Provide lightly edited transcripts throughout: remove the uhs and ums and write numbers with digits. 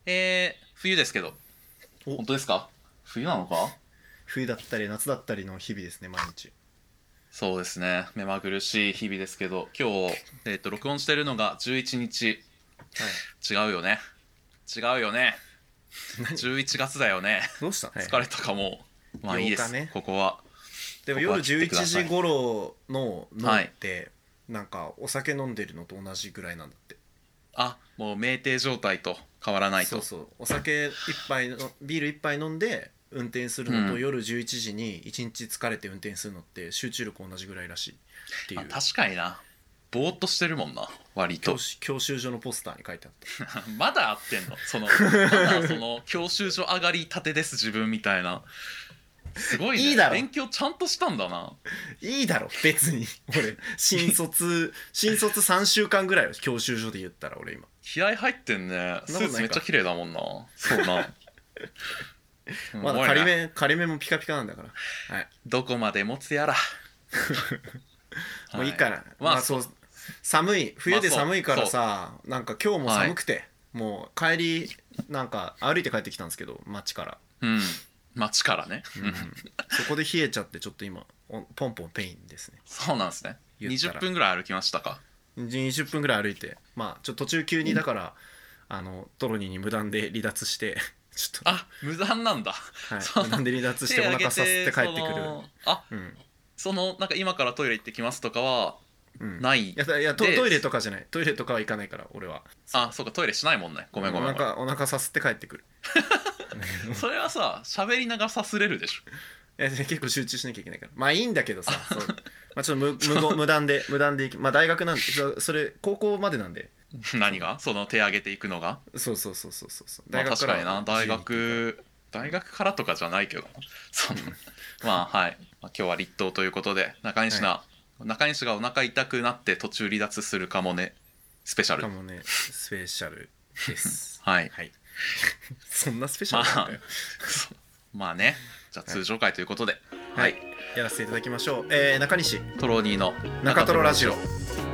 冬ですけど。 お、 本当ですか？冬なのか？ 冬だったり夏だったりの日々ですね、毎日。 そうですね。目まぐるしい日々ですけど、今日、録音してるのが11日。 はい。 違うよね。違うよね。 何 11月だよね。 どうした？はい疲れたかも。まあいいで 8日す。 ね。 ここは。 でも夜ここは切って 11 ください。 時頃の脳はい。 ってなんかお酒飲んでるのと同じぐらいなんだって。 あ、もう酩酊状態と変わらないと。 そうそう、お酒一杯のビール一杯飲んで運転するのと、 うん。 夜11時に一日疲れて運転するのって集中力同じぐらいらしいってまあいう。 確かにな。ぼーっとしてるもんな。割と。 教習所のポスターに書いてあった。 まだ合ってんの？まだ教習所上がりたてです自分みたいな。すごいね。 いいだろ、 勉強ちゃんとしたんだな。 いいだろ別に。俺新卒3週間ぐらいよ、教習所で言ったら。俺今気合入ってんね。 そんなことないか。 スーツめっちゃ綺麗だもんな。そうな。すまだごいね。 仮面もピカピカなんだから。はい。 どこまで持つやら。はい。 もういいから。 まあ、 まあそう、寒い、冬で寒いからそう。 さ、なんか今日もはい。 寒くて、もう帰り、なんか歩いて帰ってきたんですけど、街から。 うん。街からね。 うん。そこで冷えちゃって、ちょっと今、ポンポンペインですね。 そうなんですね。20 言ったら。 分ぐらい歩きましたか？ 20分ぐらい歩いて、まあ、ちょっと途中急にだから、トロニーに無断で離脱して、ちょっあ、無断なんだ。 と、はい、 その無断で離脱してお手挙げ腹させてて、 帰ってくる。 あ、 うん。 なんか今からトイレ行ってきますとかは、 うん。 ないいやで、 トイレとかじゃない。トイレとかは行かないから、俺は。 あ、そうか、トイレしないもんね。ごめんごめんごめん。 お腹させて帰ってくる。 それはさ、喋りながらさすれるでしょ。 いや結構集中しなきゃいけないから。まあいいんだけどさ、そう。まあちょっと無断でまあ大学なんで、それ、高校までなんで。 何がその手挙げていくのが。 そう。 まあ大学から確かにな、 は自由に行っていいから。 大学からとかじゃないけど、その、まあはい。まあ、今日は立冬ということで、 はい。 中西がお腹痛くなって途中離脱するかもね、スペシャル。 かもね、スペシャルです。 はい。 はい。そんなスペシャまあ、 ルなのかよ。 まあね、じゃあはい。 通常回ということで、 はい。 はい。 やらせていただきましょう。中西、 トロニーの中中トロラジオ。 トロラジオ。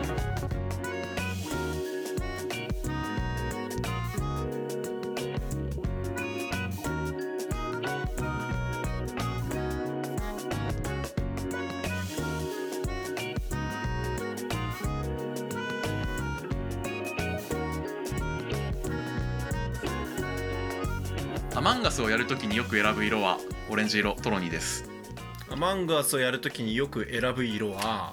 アマンガスをやるときによく選ぶ色はオレンジ色、トロニーです。 アマンガスをやるときによく選ぶ色は、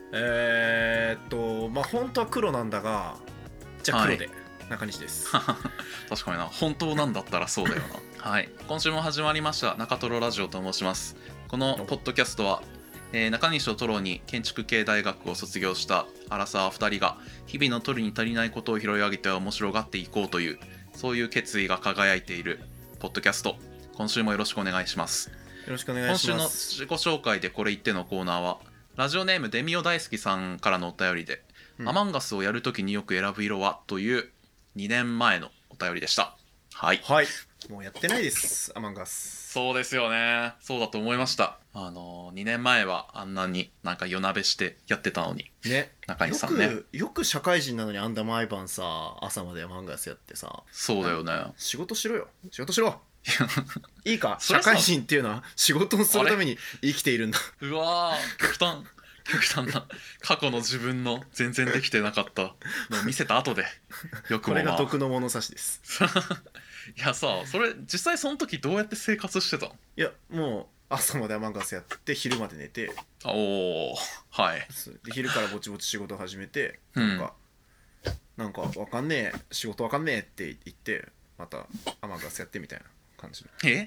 まあ本当は黒なんだが、じゃあはい。 黒で、中西です。 確かにな、本当なんだったらそうだよな。はい。今週も始まりました中トロラジオと申します。このポッドキャストは、中西とトロに建築系大学を卒業したアラサー2人が日々の取るに足りないことを拾い上げて面白がっていこうという、そういう決意が輝いているポッドキャスト。今週もよろしくお願いします。 よろしくお願い今週のします。 自己紹介でこれ言ってのコーナーは、ラジオネームデミオ大好きさんからのお便りで、 うん。 アマンガスをやるときによく選ぶ色はという2年前のお便りでした。はい。 はい。もうやってないです、アマンガス。 そうですよね。そうだと思いました。2年前はあんなになんか夜なべしてやってたのに、 ね。 中西よさんね。 く、よく社会人なのにあんだ毎晩さ、朝までアマンガスやってさ、 そうだよね。 仕事しろよ。仕事しろ。いいか、 それさ、 社会人っていうのは仕事をすあれるために生きているんだ。 うわー、極端な。過去の自分の全然できてなかったのを見せた後で、よくこれがもまあ。 毒の物差しです。 いやさ、それ実際その時どうやって生活してたの？ いや、もう朝までアマンガスやって昼まで寝て、 おー、はい。 で昼からぼちぼち仕事始めて、 うん。 なんかわかんねえ、仕事わかんねえって言って、またアマンガスやってみたいな感じのえ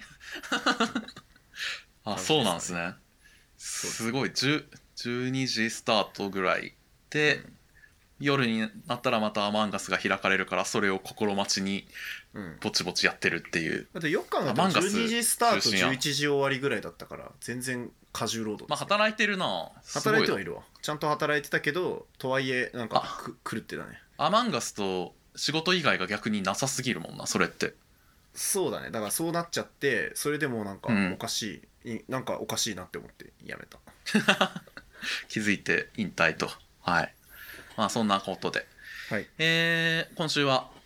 あ、 感じそうですかね。 なんですね。 そうですね。 すごい、12時スタートぐらいで、夜になったらまたアマンガスが開かれるから、それを心待ちにうん。 ぼちぼちやってるっていう。 だってよく考えアたらマンガス 12時スタート中心やん。 11時終わりぐらいだったから、全然過重労働まあ、 ですね。 働いてるな。すごいな。 働いてはいるわ。ちゃんと働いてたけど、とはいえ、なんかあ、 狂ってたね。 アマンガスと仕事以外が逆になさすぎるもんな、それって。 そうだね。だからそうなっちゃって、それでもなんかおうん。 かしなんかおかしいなって思ってやめた。 気づいて引退と。はい。まあ、そんなことで。 はい。 今週は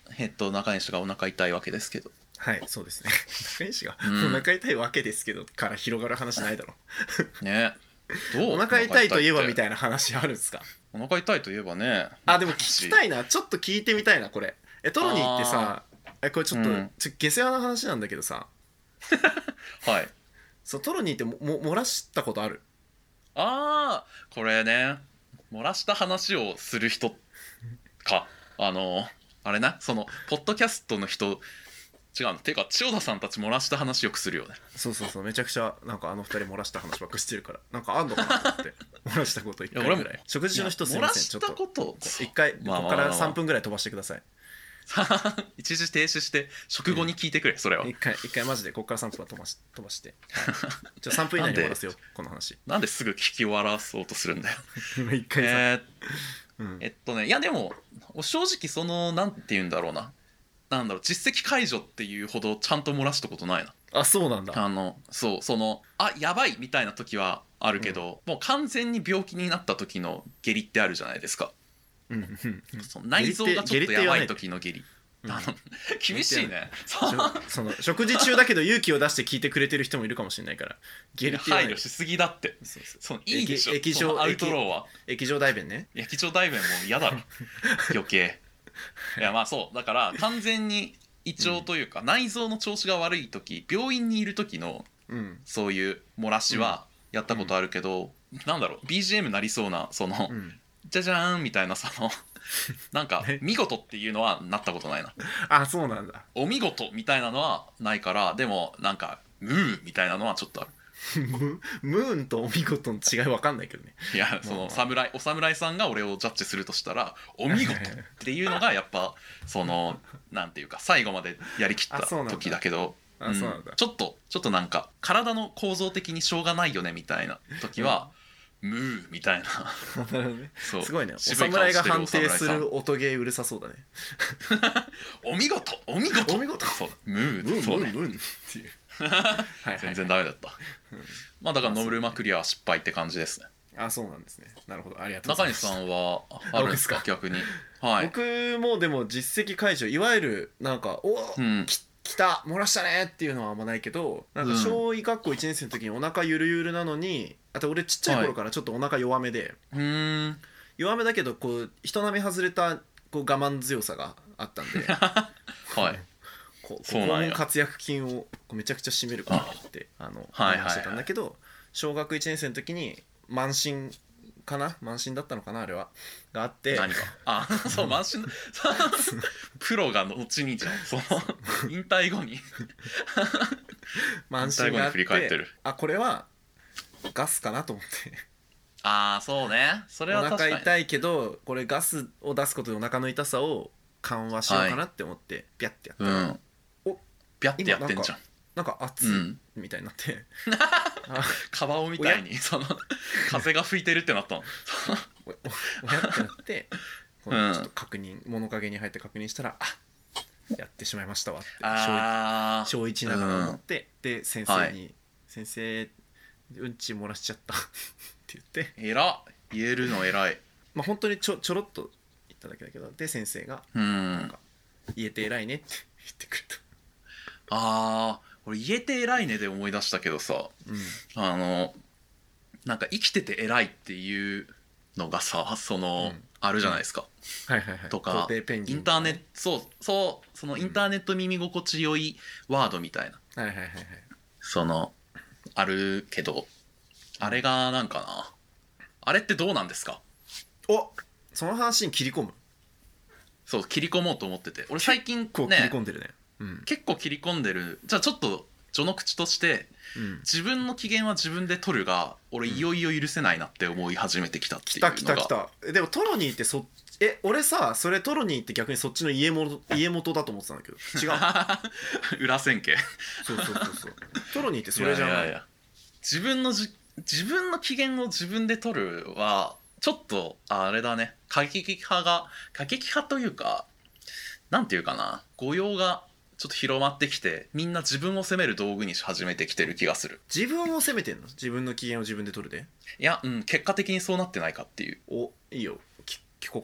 中西がお腹痛いわけですけど。 はいそうですね。中西がうんお腹痛いわけですけどから広がる話ないだろ。 ねどうお腹痛いといえばみいたいな話あるんですか？ お腹痛いといえばねあでも聞きたいな、ちょっと聞いてみたいなこれ。トロニーってさ、これちょっと、 うん下世話な話なんだけどさ、 はいそうトロニーって漏らしたことある？ これね漏らした話をする人かあれなそのポッドキャストの人違うのていうか千代田さんたち漏らした話よくするよね。 そうそうそうめちゃくちゃなんかあの二人漏らした話ばっかしてるからなんかあんのかなと思って漏らしたこと一回ぐいや俺もらい。食事中の人すいませんちょっ漏らしたことと一回こまあこからまあまあまあ 3分ぐらい飛ばしてください。 一時停止して食後に聞いてくれそれは。 一回マジでここから3分は飛ばして、はい、3分以内に終わらせようこの話。 なんですぐ聞き終わらそうとするんだよ。 一回さ、うんいやでも正直そのなんて言うんだろうななんだろう実績解除っていうほどちゃんと漏らしたことないな。 あそうなんだ。 そうそのやばいみたいな時はあるけど、もう完全に病気になった時の下痢ってあるじゃないですか。 うんうんうんその内臓がちょっとやばい時の下痢。 うん厳しいね。 その食事中だけど勇気を出して聞いてくれてる人もいるかもしれないから下痢って言わない。 配慮しすぎだって。 そうそうそのいいでしょ液状そのアウトローは。 液状大便ね。 液状大便も嫌だろ余計。いやまあそうだから完全に胃腸というか、内臓の調子が悪い時病院にいる時のうんそういう漏らしはやったことあるけど、なんだろう BGM なりそうなその、 うんじゃじゃーんみたいなそのなんかね見事っていうのはなったことないな。 あそうなんだ。 お見事みたいなのはないからでもなんかムーみたいなのはちょっとある。 ムーンとお見事の違いわかんないけどね。 いやそのお侍さんが俺をジャッジするとしたらお見事っていうのがやっぱそのなんていうか最後までやりきった時だけどあそうなんだ。 ちょっとなんか体の構造的にしょうがないよねみたいな時は、ムーみたいななるほどね。 そうすごいね。お渋い顔してる侍が判定すお侍さんる音ゲーうるさそうだね。 お見事お見事お見事そうムームーンそうねムーンムーンっていう。はいはい全然ダメだった。まあだからノブルマクリアは失敗って感じですね。 あそうなんですね。なるほどありがとうござ中います。 西さんはあるんですか僕です逆に。はい。 僕もでも実績解除いわゆるなんかうん来た漏らしたねっていうのはあんまないけどなんか小学校1年生の時にお腹ゆるゆるなのにあと俺ちっちゃい頃からちょっとお腹弱めで、弱めだけどこう人並み外れたこう我慢強さがあったんではいこそうなんや肛門活躍筋をこうめちゃくちゃ締めるからってはいはいはい話してたんだけど小学1年生の時に慢心だったのかなあれはがあって何かそう満身プロが後にじゃんその引退後に慢心があっ振り返ってる。 これはガスかなと思ってそうねそれおは確かに腹痛いけどこれガスを出すことでお腹の痛さを緩和しようかなって思ってピャッてやったら、 うんおビャってやってんじゃん。 なんか熱いうんみたいになって、 カバオみたいにその風が吹いてるってなったの。 おやってなってこうんのちょっと物陰に入って確認したらやってしまいましたわって小1ながら思って、で先生に、先生うんち漏らしちゃったって言って言えるの偉い。 まあ本当にちょろっと言っただけだけどで先生がうん言えて偉いねって言ってくれた。 俺言えて偉いねで思い出したけどさうんなんか生きてて偉いっていうのがさその、あるじゃないですか。 はいはいはいとか皇帝ペンギンインターネットそのインターネット耳心地よいワードみたいなはいはいはいはいそのあるけどあれがなんかなあれってどうなんですか。 おその話に切り込むそう切り込もうと思ってて俺最近こう切りね込んでるねうん結構切り込んでる。じゃあちょっと序の口としてうん自分の機嫌は自分で取るが俺いよいよ許せないなって思い始めてきたっていうのが来たでもトロニーって俺さそれトロニーって逆にそっちの家元だと思ってたんだけど違う裏千家そうトロニーってそれじゃないや自分の機嫌を自分で取るはちょっとあれだね過激派というかなんていうかな誤用がちょっと広まってきてみんな自分を責める道具にし始めてきてる気がする。 自分を責めてんの自分の機嫌を自分で取るでいや、結果的にそうなってないかっていう。 おいいよ聞こうか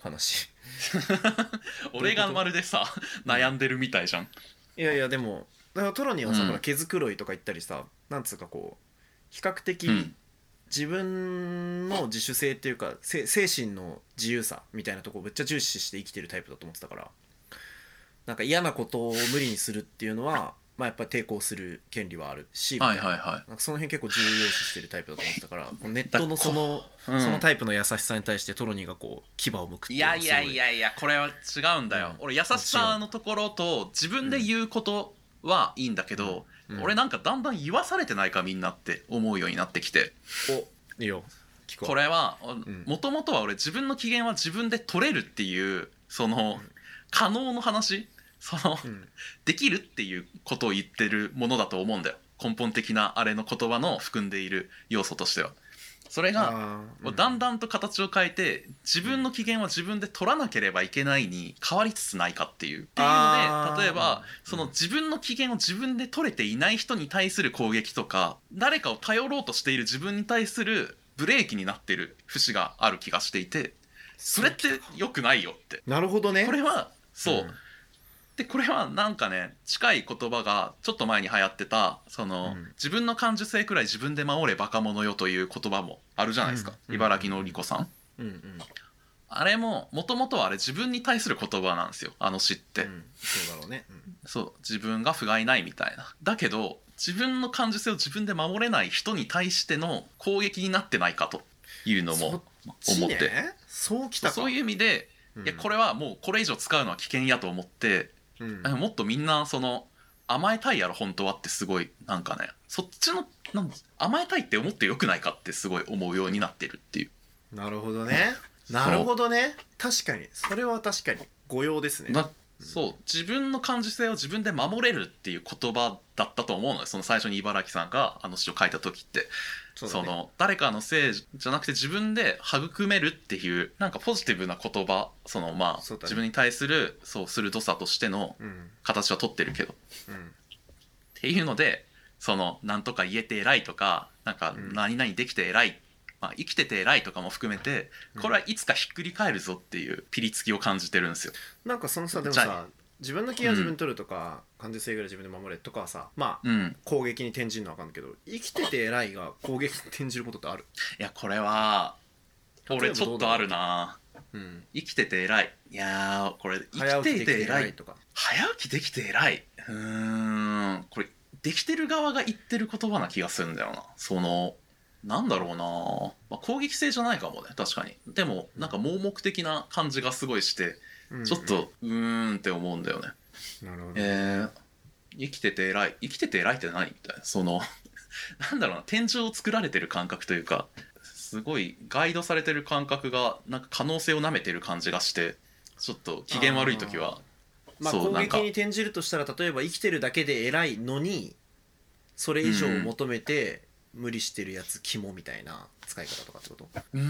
話。 俺がまるでさ悩んでるみたいじゃん。 いやいやでもだからトロニーはさ、 うんほら毛づくろいとか言ったりさ、なんつうかこう比較的うん自分の自主性っていうか精神の自由さみたいなとこをめっちゃ重視して生きてるタイプだと思ってたから、なんか嫌なことを無理にするっていうのはまあやっぱ抵抗する権利はあるし、 はいはいはなんかその辺結構重要視してるタイプだと思ってたから、このネットのその、 うんそのタイプの優しさに対してトロニーがこう牙を向くってい。 いうのはすごいやいやいやいやこれは違うんだよ、 うん俺優しさのところと自分で言うことはいいんだけど、俺なんかだんだん言わされてないかみんなって思うようになってきて、 おいいよ聞こう。 これはんもともとは俺自分の機嫌は自分で取れるっていうその可能の話、そのうんできるっていうことを言ってるものだと思うんだよ、根本的なあれの言葉の含んでいる要素としては。それがだんだんと形を変えて自分の機嫌は自分で取らなければいけないに変わりつつないかっていうので、例えばその自分の機嫌を自分で取れていない人に対する攻撃とか、誰かを頼ろうとしている自分に対するブレーキになってる節がある気がしていて、それって良くないよって。 なるほどね。 これはそう、でこれはなんかね近い言葉がちょっと前に流行ってたその、自分の感受性くらい自分で守れバカ者よという言葉もあるじゃないですか、茨城のりこさん、あれももともとはあれ自分に対する言葉なんですよ、あの詩って、 そうだろうね、 そう自分が不甲斐ないみたいな。だけど自分の感受性を自分で守れない人に対しての攻撃になってないかというのも思って、 そうきたか。 そういう意味で、いやこれはもうこれ以上使うのは危険やと思って、もっとみんなその甘えたいやろ本当はってすごいなんかね、そっちの甘えたいって思ってよくないかってすごい思うようになってるっていう。 なるほどね、なるほどね、確かにそれは確かに誤用ですね。 そう自分の感受性を自分で守れるっていう言葉だったと思うのよ、その最初に茨城さんがあの詩を書いた時って。その誰かのせいじゃなくて自分で育めるっていうなんかポジティブな言葉、そのまあ自分に対するそう鋭さとしての形は取ってるけど、っていうのでそのなんとか言えて偉いとかなんか何々できて偉い、まあ、生きてて偉いとかも含めてこれはいつかひっくり返るぞっていうピリつきを感じてるんですよ。 なんかそのさでもさ自分の気が自分取るとか、感受性ぐらい自分で守れとかはさまあ、攻撃に転じるのは分かんないけど生きてて偉いが攻撃に転じることってある？ いやこれは俺ちょっとあるな、生きてて偉い。いやこれ生きてて偉いとか早起きできて偉い、これできてる側が言ってる言葉な気がするんだよな。そのなんだろうな、まあ、攻撃性じゃないかもね確かに。でもなんか盲目的な感じがすごいしてちょっとって思うんだよね。 なるほど。 生きてて偉い、生きてて偉いって何みたいな、そのなんだろうな、天井を作られてる感覚というかすごいガイドされてる感覚がなんか可能性をなめてる感じがしてちょっと機嫌悪い時はまあ攻撃に転じるとしたら例えば生きてるだけで偉いのにそれ以上を求めて無理してるやつ肝みたいな使い方とかってこと？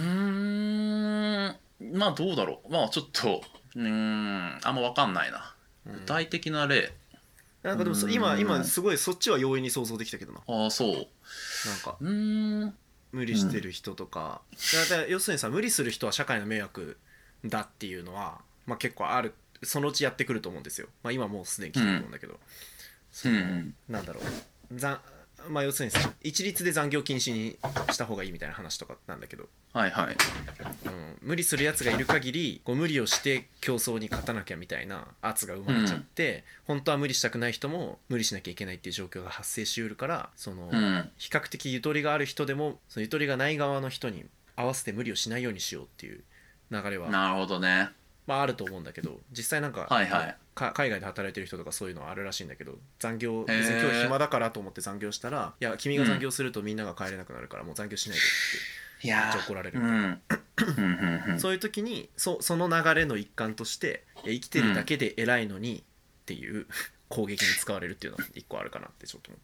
まあどうだろう、まあちょっとあんま分かんないな、具体的な例。 なんかでも今すごいそっちは容易に想像できたけどな。 ああそう。 なんか無理してる人とか、だから要するにさ無理する人は社会の迷惑だっていうのは、まあ、結構ある、そのうちやってくると思うんですよ。まあ、今もうすでに来てると思うんだけど、なんだろうまあ要するにさ一律で残業禁止にした方がいいみたいな話とかなんだけど、無理するやつがいる限りこう無理をして競争に勝たなきゃみたいな圧が生まれちゃって、本当は無理したくない人も無理しなきゃいけないっていう状況が発生しうるから、その、比較的ゆとりがある人でもそのゆとりがない側の人に合わせて無理をしないようにしようっていう流れはなるほどね、 まああると思うんだけど、実際なんか、海外で働いてる人とかそういうのはあるらしいんだけど、残業別に今日暇だからと思って残業したら、いや君が残業するとみんなが帰れなくなるからもう残業しないでってめっちゃ怒られるみたいな、そういう時にその流れの一環として生きてるだけで偉いのにっていう攻撃に使われるっていうのは一個あるかなってちょっと思った。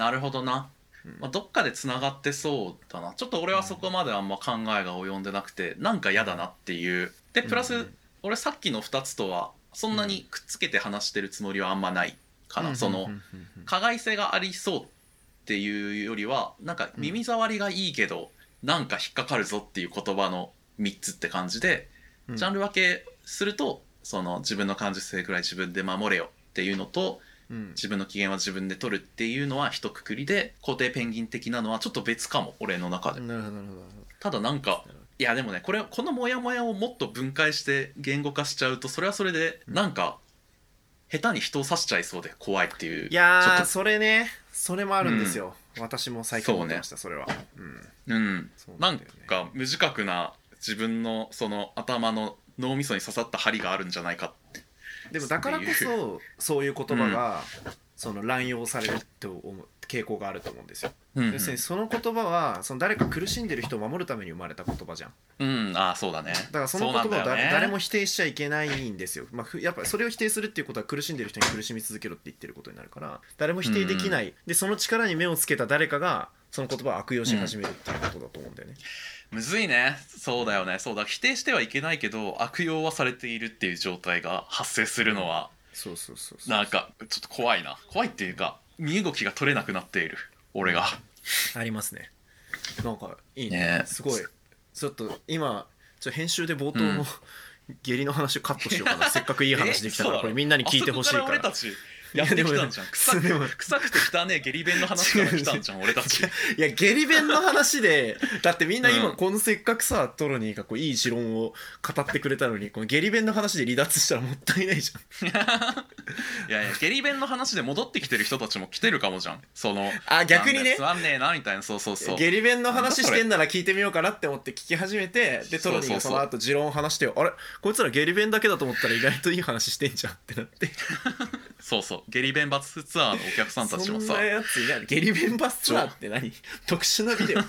なるほどな、まあ、どっかでつながってそうだな。ちょっと俺はそこまであんま考えが及んでなくてなんか嫌だなっていう。でプラス、俺さっきの2つとはそんなにくっつけて話してるつもりはあんまないかな、その加害性がありそうっていうよりはなんか耳障りがいいけどなんか引っかかるぞっていう言葉の3つって感じで、 ジャンル分けするとその自分の感受性ぐらい自分で守れよっていうのと、自分の機嫌は自分で取るっていうのは一括りで、肯定ペンギン的なのはちょっと別かも、俺の中で。 なるほどなるほど。 ただなんかいやでもね、このモヤモヤをもっと分解して言語化しちゃうと、それはそれでなんか下手に人を刺しちゃいそうで怖いっていう。 いやーちょっとそれね、それもあるんですよ、私も最近思ってました、それは。 なんか無自覚な自分のその頭の脳みそに刺さった針があるんじゃないかって。 でもだからこそそういう言葉が、その乱用されると思う傾向があると思うんですよ。要するにその言葉はその誰か苦しんでる人を守るために生まれた言葉じゃん。 ああそうだね。 だからその言葉を誰も否定しちゃいけないんですよ。やっぱりそれを否定するっていうことは苦しんでる人に苦しみ続けろって言ってることになるから、誰も否定できない。でその力に目をつけた誰かがその言葉を悪用し始めるっていうことだと思うんだよね。 むずいね。そうだよね。そうだ、否定してはいけないけど悪用はされているっていう状態が発生するのは、なんかちょっと怖いな。怖いっていうか身動きが取れなくなっている俺が。 ありますね。なんかいいね。すごい。ちょっと今編集で冒頭の、下痢の話をカットしようかな。せっかくいい話できたからこれみんなに聞いてほしいから。 俺たちやってきたんじゃん。臭くて汚ねえ下痢弁の話から来たんじゃん俺たち。 いや下痢弁の話でだってみんな今このせっかくさトロニーがこういい持論を語ってくれたのに、この下痢弁の話で離脱したらもったいないじゃん。 いや下痢弁の話で戻ってきてる人たちも来てるかもじゃん。その逆にねつまんねえなみたいな。そう下痢弁の話してんなら聞いてみようかなって思って聞き始めて、でトロニーがその後持論を話してあれこいつら下痢弁だけだと思ったら意外といい話してんじゃんってなってそう下痢弁バスツアーのお客さんたちもさ、 そんなやついない。下痢弁バスツアーって何特殊なビデオ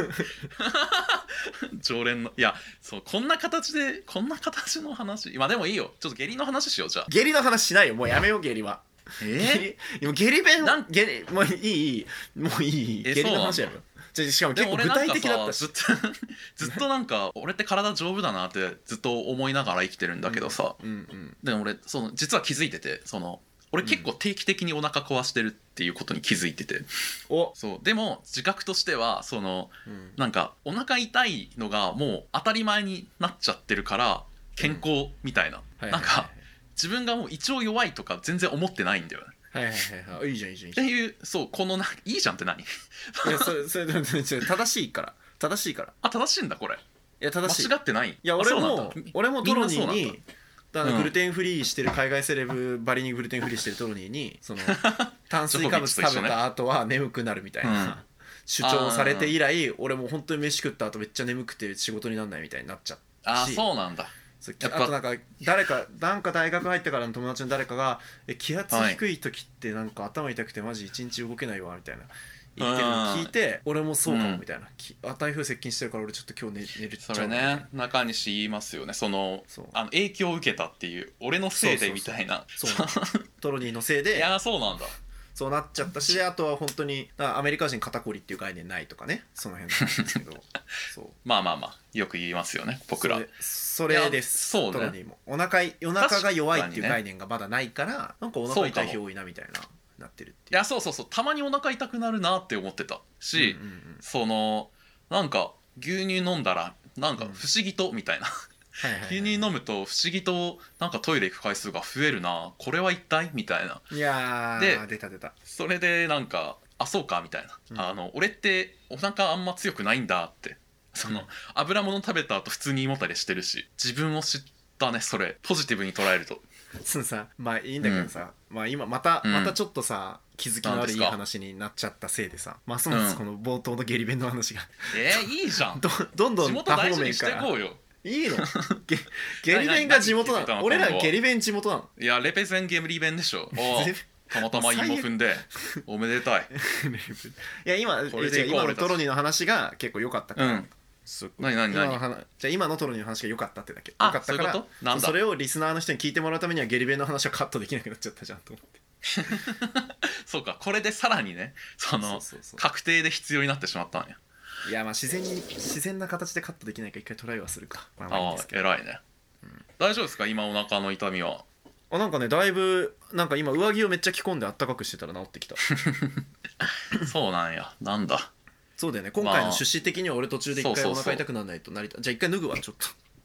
常連の。いやそうこんな形の話今でもいいよ。ちょっと下痢の話しよう。じゃあ下痢の話しないよ、もうやめよう下痢は。でも下痢弁もういい下痢の話やろ。しかも結構具体的だったし。 ずっとなんか俺って体丈夫だなってずっと思いながら生きてるんだけどさ、でも俺実は気づいてて、俺結構定期的にお腹壊してるっていうことに気づいてて、そうでも自覚としてはなんかお腹痛いのがもう当たり前になっちゃってるから健康みたいな、なんか自分がもう胃腸弱いとか全然思ってないんだよね。 いいじゃんっていう、このいいじゃんって何？いやそれ正しいから正しいいんだこれ。いや正しい、 間違ってない。 いや俺もトロニーにグルテンフリーしてる海外セレブばりにグルテンフリーしてるトロニーに炭水化物食べた後は眠くなるみたいな主張されて以来、俺も本当に飯食った後めっちゃ眠くて仕事にならないみたいになっちゃったし。 そうなんだ。 あとなんか大学入ってからの友達の誰かが気圧低い時ってなんか頭痛くてマジ一日動けないわみたいな言ってるのを聞いて、俺もそうかもみたいな、台風接近してるから俺ちょっと今日寝るっちゃう。 それね中西言いますよね。影響を受けたっていう、俺のせいでみたいな。 トロニーのせいで。 いやそうなんだ。 そうなっちゃったし、あとは本当にアメリカ人肩こりっていう概念ないとかね、その辺なんですけどまあよく言いますよね僕ら。 それです。トロニーもお腹が弱いっていう概念がまだないから、なんかお腹痛い日多いなみたいなってるっていう。 いやそうたまにお腹痛くなるなって思ってたし、なんか牛乳飲んだらなんか不思議とみたいな、牛乳飲むと不思議となんかトイレ行く回数が増えるな、これは一体みたいな。 いやー出たそれでなんかそうかみたいな、俺ってお腹あんま強くないんだって、油物食べた後普通に胃もたれしてるし、自分を知ったね。それポジティブに捉えるとまあいいんだけどさ、今またちょっとさ気づきのあるいい話になっちゃったせいでさ、ますますこの冒頭の下痢弁の話がいいじゃんどんどん地元大事にしていこうよ。 いいの下痢弁が地元なの？俺ら下痢弁地元なの？ いやレペゼン下痢弁でしょ。たまたま芋踏んでおめでたい。 いや今のトロニーの話が結構良かったから、 何じゃあ今のトロニーの話が良かったってだけ。良かったからそれをリスナーの人に聞いてもらうためには下痢弁の話はカットできなくなっちゃったじゃんと思ってそうか、これでさらにね確定で必要になってしまったんや。 いや自然な形でカットできないか一回トライはするか。 偉いね、大丈夫ですか今お腹の痛みは。 なんかねだいぶなんか今上着をめっちゃ着込んであったかくしてたら治ってきたそうなんや。なんだそうだよね。今回の趣旨的には俺途中で一回お腹痛くならないと成り立。じゃあ一回脱ぐわちょっと。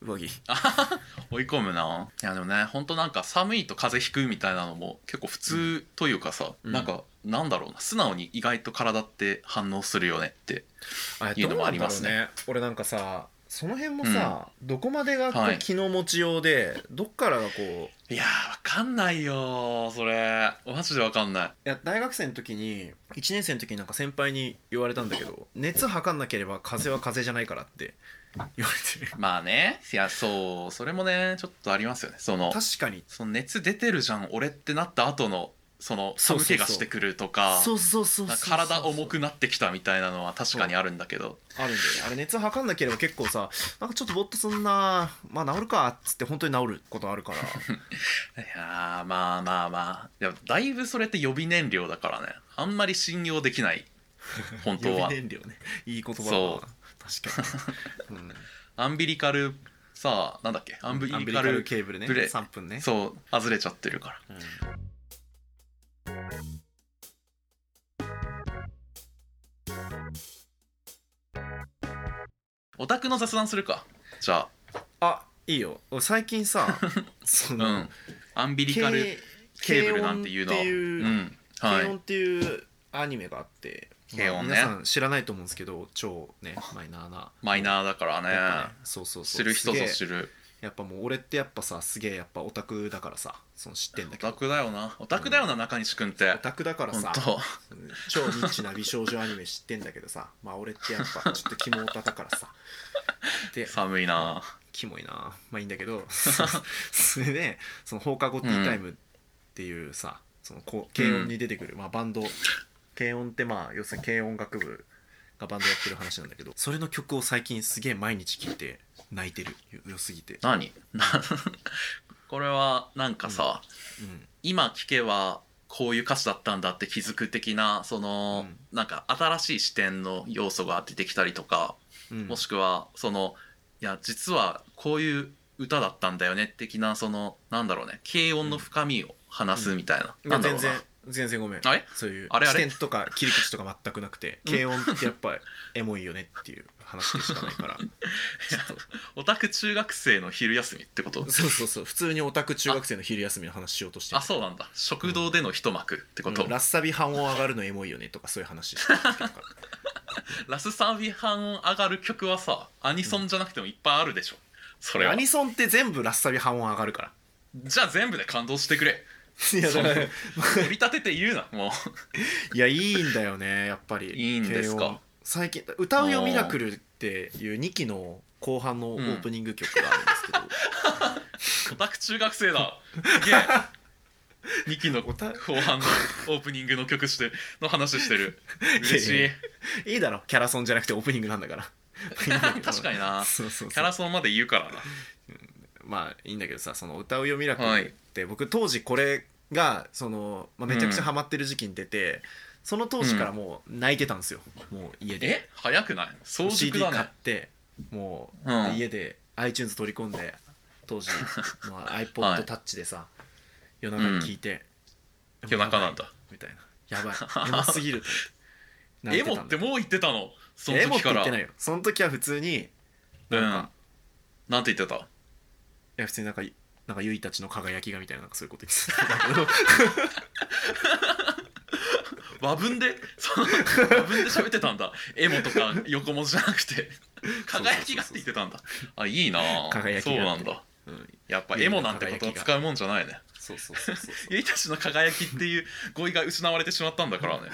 上着。 追い込むな。いやでもね、ほんとなんか寒いと風邪ひくみたいなのも結構普通というかさ、なんかなんだろうな、素直に意外と体って反応するよねっていうのもありますね。 俺なんかさ、その辺もさ、どこまでがこう気の持ちようで、どっからがこう、 いやーわかんないよそれ、マジでわかんない。 いや大学生の時に1年生の時になんか先輩に言われたんだけど、熱測んなければ風邪は風邪じゃないからって言われてる。 まあね、いやそう、それもねちょっとありますよね。その確かにその熱出てるじゃん俺ってなった後のその寒気がしてくるとか、体重くなってきたみたいなのは確かにあるんだけど、 あるんだよね。あれ熱測んなければ結構さ、なんかちょっとぼーっとすんな、まあ治るかっつって本当に治ることあるから。 いやーまあまあまあ、いやだいぶそれって予備燃料だからね、あんまり信用できない本当は。 予備燃料ね、いい言葉だな。そう確かに、 アンビリカルさ、なんだっけ、アンビリカルケーブルね、3分ね、 そう外れちゃってるから、オタクの雑談するかじゃあ。いいよ。最近さその、 アンビリカルケーブルなんていうの、 軽音っていうアニメがあって、 軽音ね、 皆さん知らないと思うんですけど、超ねマイナーだからね。 そう知る人ぞ知る。 やっぱもう俺ってやっぱさ、すげえやっぱオタクだからさ、その知ってんだけど。 オタクだよな、中西くんって。 オタクだからさ、超ニッチな美少女アニメ知ってんだけどさ、まあ俺ってやっぱちょっとキモオタだからさ。 で寒いな、 キモいな、まあいいんだけどそれでその放課後ティータイムっていうさ、その軽音に出てくる、まあバンド、軽音ってまあ要するに軽音楽部がバンドやってる話なんだけど、それの曲を最近すげえ毎日聴いて泣いてる、良すぎて。 何これはなんかさ、今聴けばこういう歌詞だったんだって気づく的な、その、なんか新しい視点の要素が出てきたりとか、もしくはそのいや実はこういう歌だったんだよね的な、そのなんだろうね、軽音の深みを話すみたいな、なんだろうな、 全然ごめん、そういう視点とか切り口とか全くなくて、軽音ってやっぱエモいよねっていう話でしかないからオタク中学生の昼休みってこと？ そう普通にオタク中学生の昼休みの話しようとしてる。 あ、そうなんだ。食堂での一幕ってこと？ ラッサビ半音上がるのエモいよねとかそういう話してるからラスサビ半音上がる曲はさ、アニソンじゃなくてもいっぱいあるでしょ、それは。 アニソンって全部ラッサビ半音上がるから。 じゃあ全部で感動してくれ。 いやだから取り立てて言うなもういやいいんだよね、やっぱり。 いいんですか。 最近歌うよミラクルっていう2期の後半のオープニング曲があるんですけど、 オタク中学生だ、すげえ2期の後半のオープニングの曲の話してる。嬉しい。 いいだろ、キャラソンじゃなくてオープニングなんだから確かにな、キャラソンまで言うからな。 まあいいんだけどさ、その歌うよミラクルって僕当時これがその、めちゃくちゃハマってる時期に出て、その当時からもう泣いてたんですよ、もう家で。 早くない？早熟だね。 CD 買ってもう、家で iTunes 取り込んで、当時、iPod Touch でさ、夜中に聴いて、 夜中なんだみたいな、やばいエモすぎるとエモってもう言ってたの？その時から。エモって言っってないよ、その時は普通になんて言ってた？ いや普通になんかゆいたちの輝きがみたいな、そういうこと言ってたんだけど和文で喋ってたんだ。エモとか横文字じゃなくて輝きがって言ってたんだ。あ、いいな。 輝きが。 そうなんだ。やっぱエモなんてことは使うもんじゃないね。 そうゆいたちの輝きっていう語彙が失われてしまったんだからね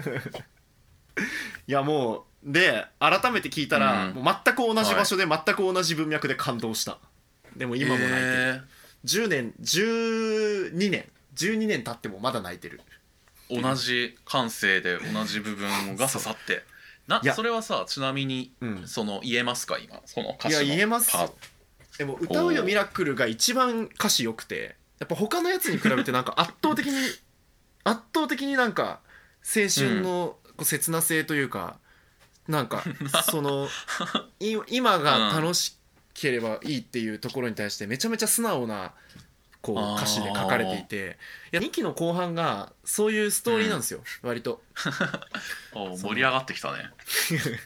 いやもうで改めて聞いたら、もう全く同じ場所で全く同じ文脈で感動した。でも今も泣いてる。12年経ってもまだ泣いてる。 同じ感性で同じ部分が刺さってそれはさ、ちなみに、その言えますか今その歌詞の？ いや言えますよ。でも歌うよミラクルが一番歌詞良くて、やっぱ他のやつに比べてなんか圧倒的になんか青春の切な性というか、なんかその今が楽しければいいっていうところに対してめちゃめちゃ素直なこう歌詞で書かれていて、いや2期の後半がそういうストーリーなんですよ、割と盛り上がってきたね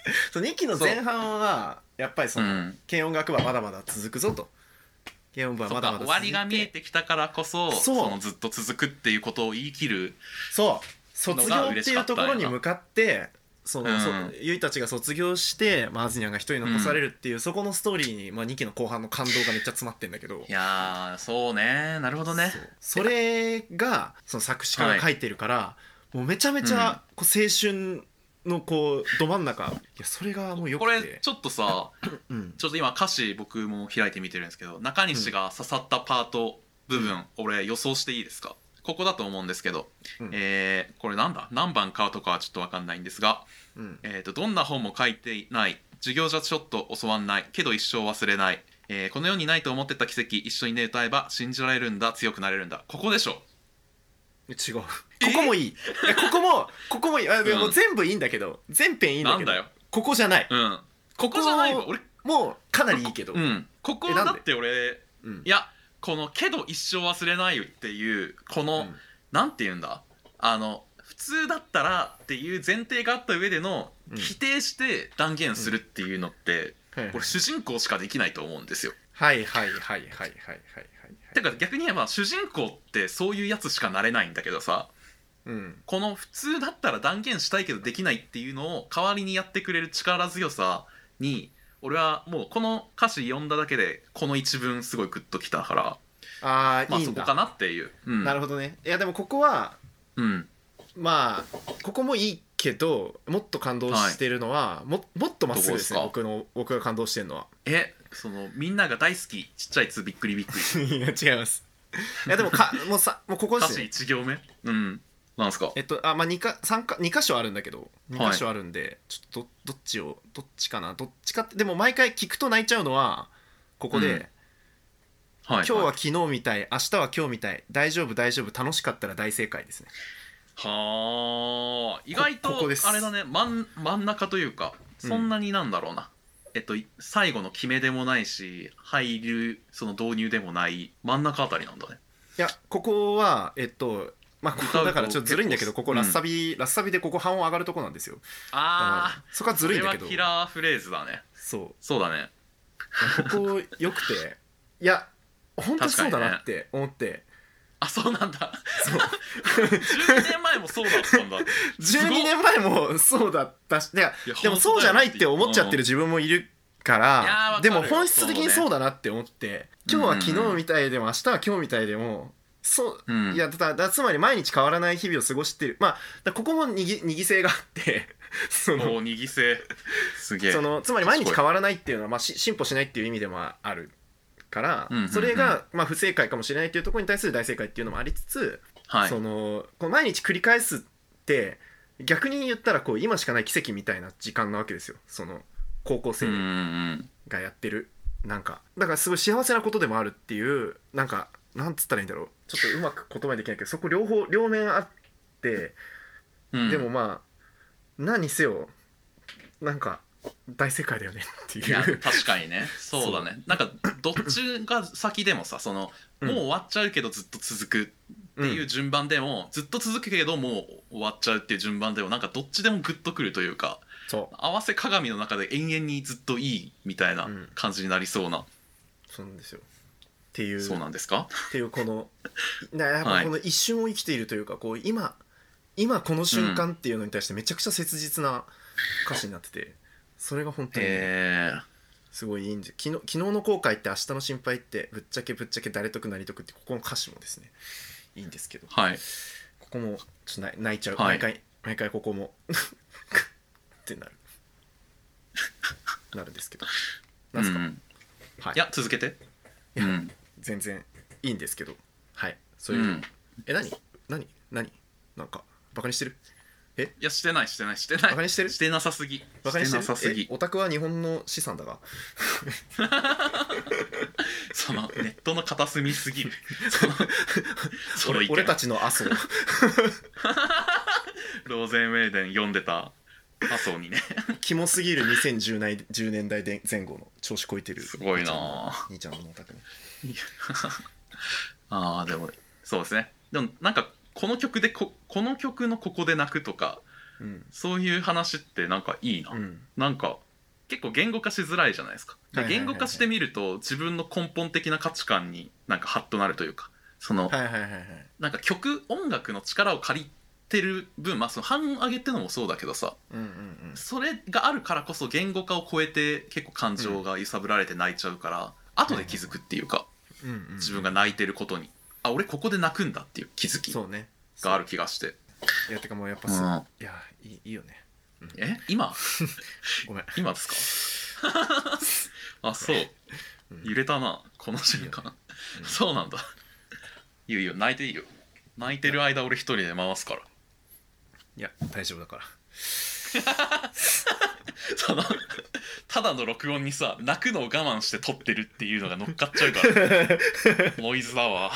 そう2期の前半はやっぱりその、軽音楽部はまだまだ続くぞと、軽音部はまだまだ続いて、 終わりが見えてきたからこそそのずっと続くっていうことを言い切る、 そう卒業っていうところに向かってゆいたちが卒業して、あずにゃんが一人残されるっていう、そこのストーリーに、2期の後半の感動がめっちゃ詰まってんだけど、 いやそうね、なるほどね。 それがその作詞家が書いてるから、もうめちゃめちゃこう青春のこうど真ん中、いやそれがもうよくて、 これちょっとさ、ちょっと今歌詞僕も開いてみてるんですけど、中西が刺さったパート部分、俺予想していいですか？ここだと思うんですけど、これ何番かとかはちょっと分かんないんですが、どんな本も書いていない、授業じゃちょっと教わんないけど一生忘れない、この世にないと思ってた奇跡、一緒にね歌えば信じられるんだ、強くなれるんだ。ここでしょ？ 違う、ここもいい、いやここもいい、もう全部いいんだけど、全編いいんだけど、ここじゃない、 ここじゃないわ。俺もうかなりいいけど、 ここだって俺、いやこの「けど一生忘れない」っていうこの、なんて言うんだ、普通だったらっていう前提があった上での、否定して断言するっていうのって、これ主人公しかできないと思うんですよ。 はいはいはいはいはいはい。 てか逆に言えば主人公ってそういうやつしかなれないんだけどさ、この普通だったら断言したいけどできないっていうのを代わりにやってくれる力強さに、俺はもうこの歌詞読んだだけでこの一文すごいグッときたから、いいんだ、そこかなっていう、 なるほどね。いやでもここは、ここもいいけど、もっと感動してるのは、もっとまっすぐですね。僕が感動してるのは、 そのみんなが大好きちっちゃいつびっくりびっくりいや違います。いやでももうここですね。 歌詞1行目なんすか。 2箇所あるんだけど、2箇所あるんで、ちょっとどっちかって、でも毎回聞くと泣いちゃうのはここで、今日は昨日みたい、明日は今日みたい、大丈夫大丈夫、楽しかったら大正解ですね。 はあ、意外とあれだね、真ん中というか、そんなになんだろうな、最後の決めでもないし、入るその導入でもない真ん中あたりなんだね。 いやここはここだからちょっとずるいんだけど、ここラッサビでここ半音上がるとこなんですよ。そこはずるいんだけど、 これはキラーフレーズだね。そうだね。 ここよくて、いや本当にそうだなって思って。 そうなんだ。そう12年前もそうだったんだ。 12年前もそうだったし、でもそうじゃないって思っちゃってる自分もいるから、でも本質的にそうだなって思って、今日は昨日みたいでも明日は今日みたいでも、いやつまり毎日変わらない日々を過ごしてる。ここも二義性があって二義性すげえ。 つまり毎日変わらないっていうのは、進歩しないっていう意味でもあるから、それが不正解かもしれないっていうところに対する大正解っていうのもありつつ、この毎日繰り返すって逆に言ったら今しかない奇跡みたいな時間なわけですよ。その高校生がやってる、だからすごい幸せなことでもあるっていう、なんつったらいいんだろう、ちょっとうまく言葉にできないけど、そこ両面あって、でも何にせよ大正解だよねっていう。 いや確かにね、そうだね。どっちが先でもさ、もう終わっちゃうけどずっと続くっていう順番でも、ずっと続くけどもう終わっちゃうっていう順番でも、どっちでもグッとくるというか、合わせ鏡の中で永遠にずっといいみたいな感じになりそうな、 そうなんですよっていう。 そうなんですかっていうこのやっぱこの一瞬を生きているというか、今この瞬間っていうのに対してめちゃくちゃ切実な歌詞になってて、それが本当にすごいいいんですよ。昨日の後悔って明日の心配ってぶっちゃけ誰とくなりとくって、ここの歌詞もですねいいんですけど、ここもちょっと泣いちゃう、毎回ここもってなるんですけど、なんすか、 いや続けて。 全然いいんですけど、そういう、何なんかバカにしてる？ いやしてないバカにしてる？ してなさすぎ。 バカにしてる？オタクは日本の資産だがそのネットの片隅すぎる俺たちの麻生ローゼンウェーデン読んでた麻生にねキモすぎる2010年代前後の調子こいてるすごいな兄ちゃんのオタクねでもそうですね。でもこの曲でこの曲のここで泣くとか、 そういう話ってなんかいいな、なんか結構言語化しづらいじゃないですか。で言語化してみると自分の根本的な価値観になんかハッとなるというか、そのなんか音楽の力を借りてる分、その半上げってのもそうだけどさ、それがあるからこそ言語化を超えて結構感情が揺さぶられて泣いちゃうから、後で気づくっていうか、自分が泣いてることに、俺ここで泣くんだっていう気づきがある気がして。 いやてかもうやっぱいやいいよね。 今ごめん今ですかあ、そう、揺れたなこの瞬間。そうなんだ。いいよ泣いていいよ。泣いてる間俺一人で回すから。 いや大丈夫だからそのただの録音にさ、泣くのを我慢して撮ってるっていうのが乗っかっちゃうからノイズだわ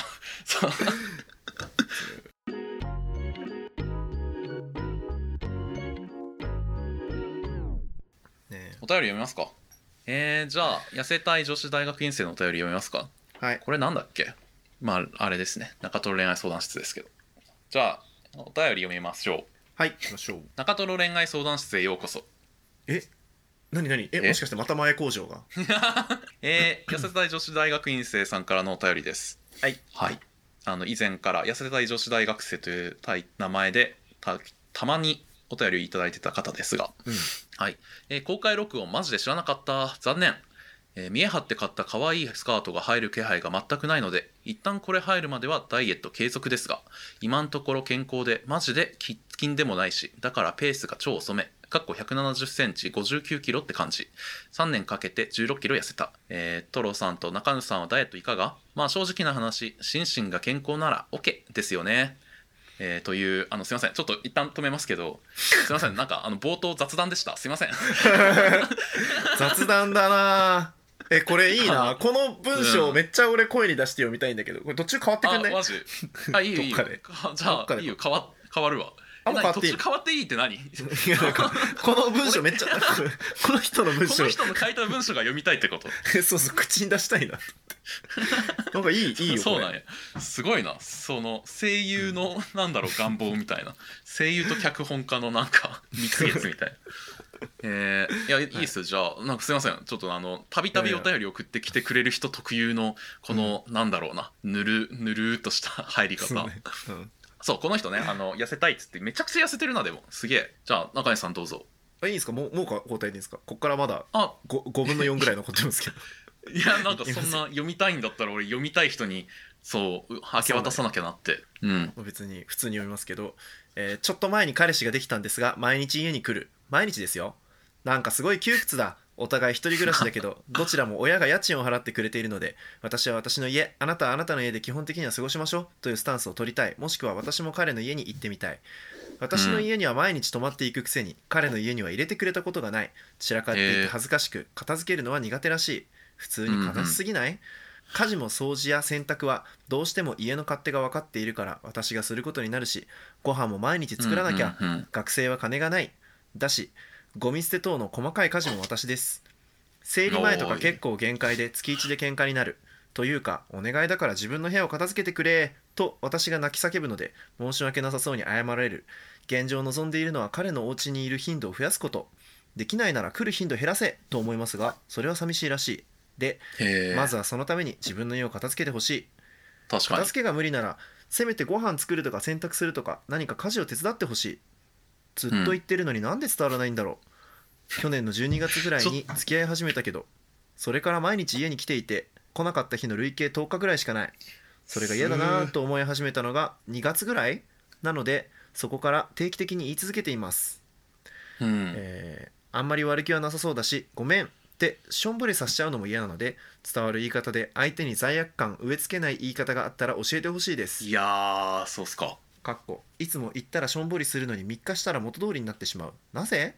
お便り読みますか。じゃあ痩せたい女子大学院生のお便り読みますか。 はい。 これなんだっけ。あれですね、中トロ恋愛相談室ですけど。じゃあお便り読みましょう。 はい、行きましょう。 中トロ恋愛相談室へようこそ。 何もしかしてまた前工場が痩せたい女子大学院生さんからのお便りです。 はい、 以前から痩せたい女子大学生という名前でたまにお便りいただいてた方ですが、公開録音マジで知らなかった、残念。見え張って買った可愛いスカートが入る気配が全くないので、一旦これ入るまではダイエット継続ですが、今んところ健康でマジで喫緊でもないし、だからペースが超遅め。170センチ59キロって感じ。3年かけて16キロ痩せた。トロさんと中野さんはダイエットいかが？正直な話、心身が健康なら OK ですよね。というすいません、ちょっと一旦止めますけど、すいません、なんか冒頭雑談でした。すいません雑談だな。これいいな。この文章めっちゃ俺声に出して読みたいんだけど、これ途中変わってくんない？ マジ？いいよいいよ。じゃあいいよ、変わるわ。途中変わっていいって何？いやなんかこの文章めっちゃこの人の文章、 この人の書いた文章が読みたいってこと？ そう口に出したいななんかいいよ。 そうなんや。すごいな。その声優の願望みたいな、声優と脚本家のなんか蜜月みたいな。いやいいっすよ。じゃあなんかすいません、ちょっとたびたびお便り送ってきてくれる人特有のこのぬるーっとした入り方。そう、この人ね、痩せたいっつってめちゃくちゃ痩せてるな。でもすげえ。じゃあ中西さんどうぞ。 いいですか。もう交代でいいですか。こっからまだ 5分の4ぐらい残ってますけどいやなんかそんな読みたいんだったら俺読みたい人にそう明け渡さなきゃなって。 別に普通に読みますけど、ちょっと前に彼氏ができたんですが毎日家に来る。毎日ですよ。なんかすごい窮屈だ。お互い一人暮らしだけどどちらも親が家賃を払ってくれているので、私は私の家、あなたはあなたの家で基本的には過ごしましょうというスタンスを取りたい。もしくは私も彼の家に行ってみたい。私の家には毎日泊まっていくくせに彼の家には入れてくれたことがない。散らかっていて恥ずかしく、片付けるのは苦手らしい。普通に悲しすぎない？家事も掃除や洗濯はどうしても家の勝手が分かっているから私がすることになるし、ご飯も毎日作らなきゃ、学生は金がないだし、ゴミ捨て等の細かい家事も私です。生理前とか結構限界で月1で喧嘩になる。というかお願いだから自分の部屋を片付けてくれと私が泣き叫ぶので申し訳なさそうに謝られる。現状望んでいるのは彼のお家にいる頻度を増やすこと。できないなら来る頻度減らせと思いますが、それは寂しいらしい。でまずはそのために自分の家を片付けてほしい。 確かに。 片付けが無理ならせめてご飯作るとか洗濯するとか何か家事を手伝ってほしい。ずっと言ってるのになんで伝わらないんだろう。去年の12月ぐらいに付き合い始めたけど、それから毎日家に来ていて来なかった日の累計10日ぐらいしかない。それが嫌だなと思い始めたのが2月ぐらいなので、そこから定期的に言い続けています。あんまり悪気はなさそうだしごめんってしょんぼりさせちゃうのも嫌なので、伝わる言い方で相手に罪悪感植え付けない言い方があったら教えてほしいです。 いやーそうっすか。 いつも言ったらしょんぼりするのに3日したら元通りになってしまう。なぜ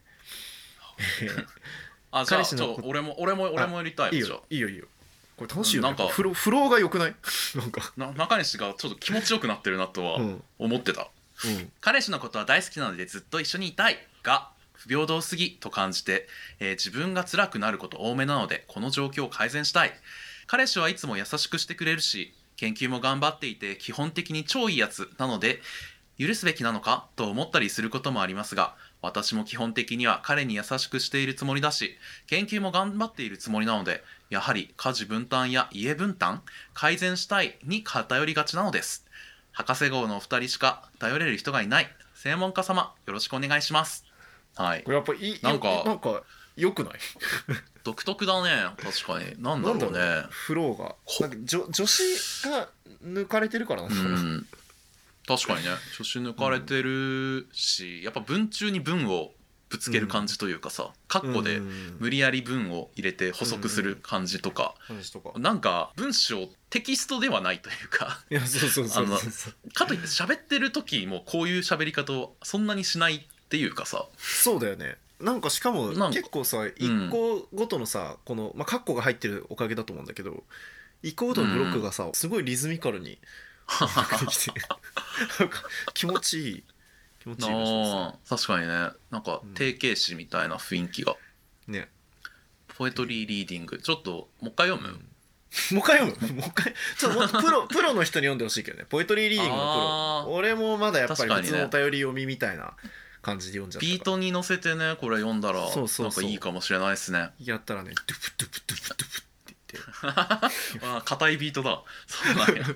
じゃあ俺もやりたい。 いいよこれ楽しいよね。なんかフローが良くない？なんか中西がちょっと気持ちよくなってるなとは思ってた。彼氏のことは大好きなのでずっと一緒にいたいが不平等すぎと感じて、自分が辛くなること多めなのでこの状況を改善したい。彼氏はいつも優しくしてくれるし研究も頑張っていて基本的に超いいやつなので、 許すべきなのかと思ったりすることもありますが、私も基本的には彼に優しくしているつもりだし、研究も頑張っているつもりなので、やはり家事分担や家分担、改善したいに偏りがちなのです。博士号のお二人しか頼れる人がいない。専門家様、よろしくお願いします。はい。 これやっぱなんか良くない？ 独特だね。確かに。なんだろうね。 フローがなんか女子が抜かれてるからな。 確かにね。助手抜かれてるし、やっぱ文中に文をぶつける感じというかさ、括弧で無理やり文を入れて補足する感じとか、なんか文章テキストではないというか、 いやそうかといって喋ってる時もこういう喋り方をそんなにしないっていうかさ。 そうだよね。なんかしかも結構さ、一個ごとのさ、このカッコが入ってるおかげだと思うんだけど、一個ごとのブロックがさ、すごいリズミカルにできてなんか気持ちいい確かにね。なんか定型詩みたいな雰囲気が、 ね。 ポエトリーリーディング、ちょっともう一回読む、 もう一回ちょっとプロの人に読んでほしいけどね。ポエトリーリーディングのプロ。俺もまだやっぱり普通のお便り読みみたたいな感じで読んじゃったから、 ビートに乗せてね、これ読んだらなんかいいかもしれないですね。 やったらね、ドゥプドゥプドゥプドゥプって言って硬いビートだ。そうなんや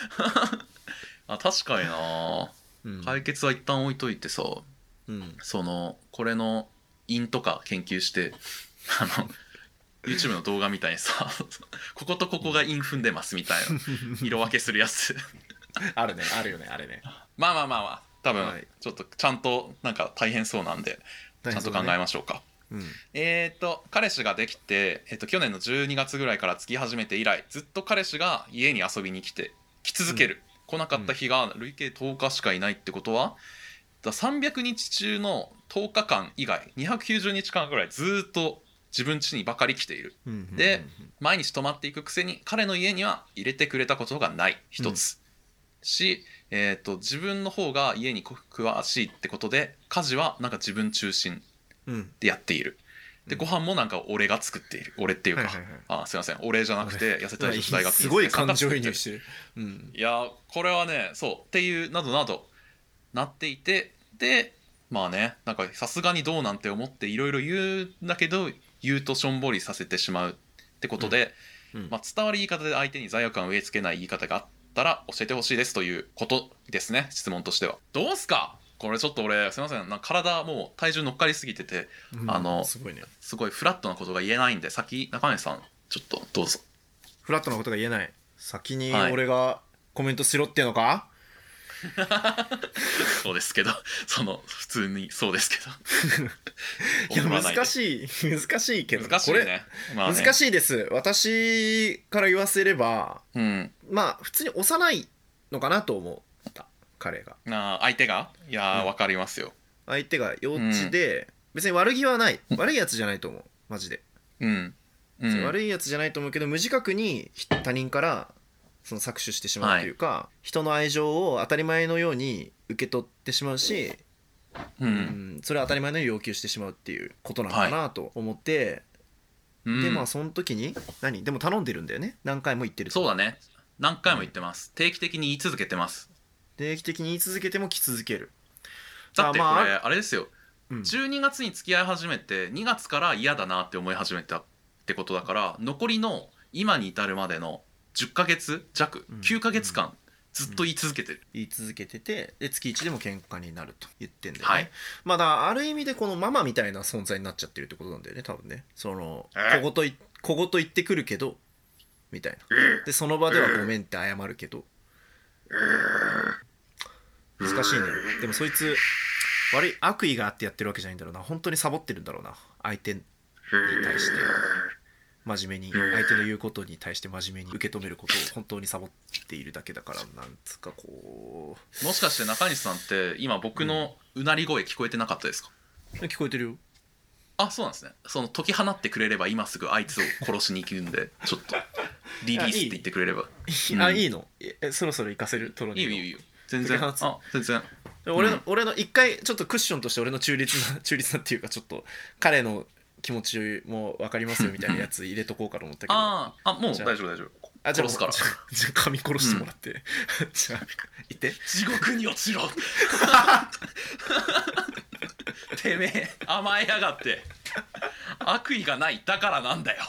確かにな、解決は一旦置いといてさ、そのこれの因とか研究してYouTube の動画みたいにさこことここが因踏んでますみたいな色分けするやつあるよねあれね。 まあ多分ちょっとちゃんとなんか大変そうなんでちゃんと考えましょうか。彼氏ができて、去年の12月ぐらいから付き始めて以来ずっと彼氏が家に遊びに来続ける、来なかった日が累計10日しかいないってことは、300日中の10日間以外290日間ぐらいずっと自分家にばかり来ている。で毎日泊まっていくくせに彼の家には入れてくれたことがない一つ、し、自分の方が家に詳しいってことで家事はなんか自分中心でやっている。でご飯もなんか俺が作っている。俺っていうか、すいません、俺じゃなくて痩せたい女子大学院すごい感情移入してる。 いやこれはね、そうっていうなどなどなっていて、でまあね、なんかさすがにどうなんて思っていろいろ言うんだけど、言うとしょんぼりさせてしまうってことで、伝わる言い方で相手に罪悪感を植え付けない言い方があったら教えてほしいですということですね。質問としてはどうすかこれ。ちょっと俺すいません、なんか体もう体重乗っかりすぎてて、 すごいね、 すごいフラットなことが言えないんで、先中根さんちょっとどうぞ。 フラットなことが言えない。先に俺がコメントしろっていうのか、 そうですけど、普通にそうですけどいや難しいけど、 難しいね、 難しいです。私から言わせれば、まあ普通に幼いのかなと思った彼が。 相手がいやわかりますよ。 相手が幼稚で、別に悪気はない、悪いやつじゃないと思うマジで。悪いやつじゃないと思うけど、無自覚に他人からその搾取してしまうというか、人の愛情を当たり前のように受け取ってしまうし、それは当たり前のように要求してしまうっていうことなのかなと思って、でまあその時にでも頼んでるんだよね。何回も言ってる。 そうだね、何回も言ってます、定期的に言い続けてます。 定期的に言い続けても来続ける。 だってこれあれですよ、12月に付き合い始めて2月から嫌だなって思い始めたってことだから、残りの今に至るまでの10ヶ月弱、9ヶ月間ずっと言い続けてる、 言い続けてて、で月1でも喧嘩になると言ってんだよね。まあだからある意味でこのママみたいな存在になっちゃってるってことなんだよね、多分ね。小言言ってくるけどみたいな、でその場ではごめんって謝るけど、難しいね。でもそいつ悪い悪意があってやってるわけじゃないんだろうな。本当にサボってるんだろうな、相手に対して。真面目に相手の言うことに対して真面目に受け止めることを本当にサボっているだけだから、なんつうかこう。もしかして中西さんって今僕のうなり声聞こえてなかったですか？ 聞こえてるよ。 あ、そうなんですね。解き放ってくれれば今すぐあいつを殺しに行くんでちょっとリリースって言ってくれれば。 いいの？そろそろ行かせるトロニーの。 いいよ全然。全然。 俺の一回ちょっとクッションとして俺の中立なっていうか、ちょっと彼の気持ちも分かりますよみたいなやつ入れとこうかと思ったけど。 もう大丈夫。 じゃあ殺すから。 じゃあ髪殺してもらって、じゃあ言って。 地獄に落ちろてめえ甘えやがって。悪意がないだからなんだよ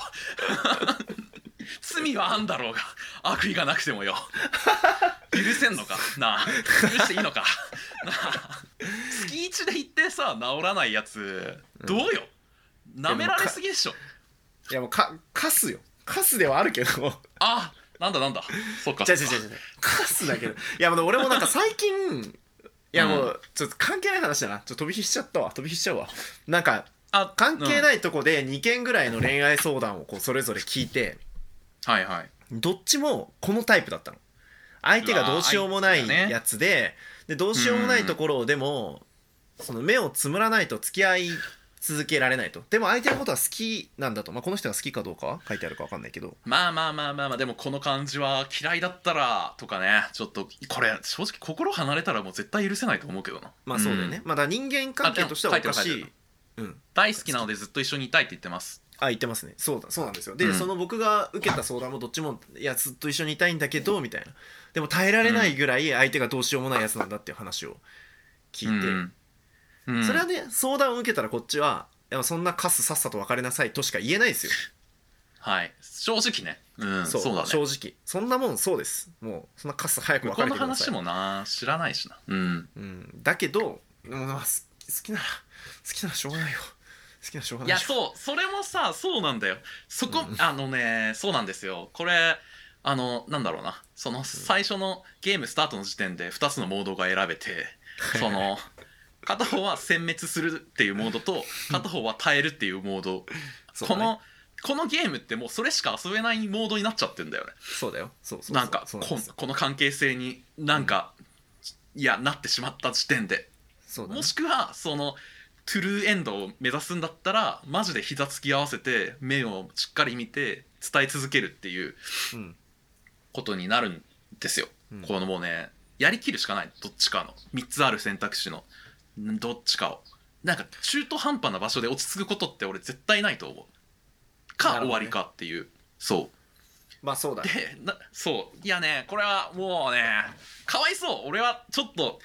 罪はあんだろうが悪意がなくてもよ。許せんのかなあ、許していいのかなあ。月1で行ってさ治らないやつどうよ、なめられすぎでしょ。 いやもうカスよ、カスではあるけどあ、なんだそっか。 違うカスだけど、いやもう俺もなんか最近いやもうちょっと関係ない話だな、ちょっと飛び火しちゃうわ。なんか関係ないとこで2件ぐらいの恋愛相談をこうそれぞれ聞いて、 はいはい、 どっちもこのタイプだったの。相手がどうしようもないやつで、どうしようもないところをでもその目をつむらないと付き合い続けられないと。でも相手のことは好きなんだと、この人が好きかどうかは書いてあるか分かんないけど、 まあでもこの感じは嫌いだったらとかね、ちょっとこれ正直心離れたらもう絶対許せないと思うけどな。 そうだよね、だから人間関係としてはおかしい。 大好きなのでずっと一緒にいたいって言ってます。 言ってますね。そうなんですよ。で、その僕が受けた相談もどっちもいやずっと一緒にいたいんだけどみたいな、でも耐えられないぐらい相手がどうしようもないやつなんだっていう話を聞いて、それはね相談を受けたらこっちはいやそんなカスさっさと別れなさいとしか言えないですよ。 はい、正直ね、そうだね、 正直そんなもんそうです。もうそんなカス早く別れてください。 向こうの話もな知らないしな。 だけど好きならしょうがないよ。好きならしょうがない。 いやそれもさそうなんだよ。そこ、そうなんですよ。これなんだろうな、その最初のゲームスタートの時点で2つのモードが選べて、その片方は殲滅するっていうモードと片方は耐えるっていうモードこのゲームってもうそれしか遊べないモードになっちゃってんだよね。 そうだよ。 なんかこの関係性になんか、なってしまった時点で、もしくはそのトゥルーエンドを目指すんだったらマジで膝つき合わせて目をしっかり見て伝え続けるっていうことになるんですよ。このもうねやりきるしかない、どっちかの3つある選択肢のどっちかを。なんか中途半端な場所で落ち着くことって俺絶対ないと思う。終わりかっていう。そうそうだね。 でいやねこれはもうねかわいそう。俺はちょっと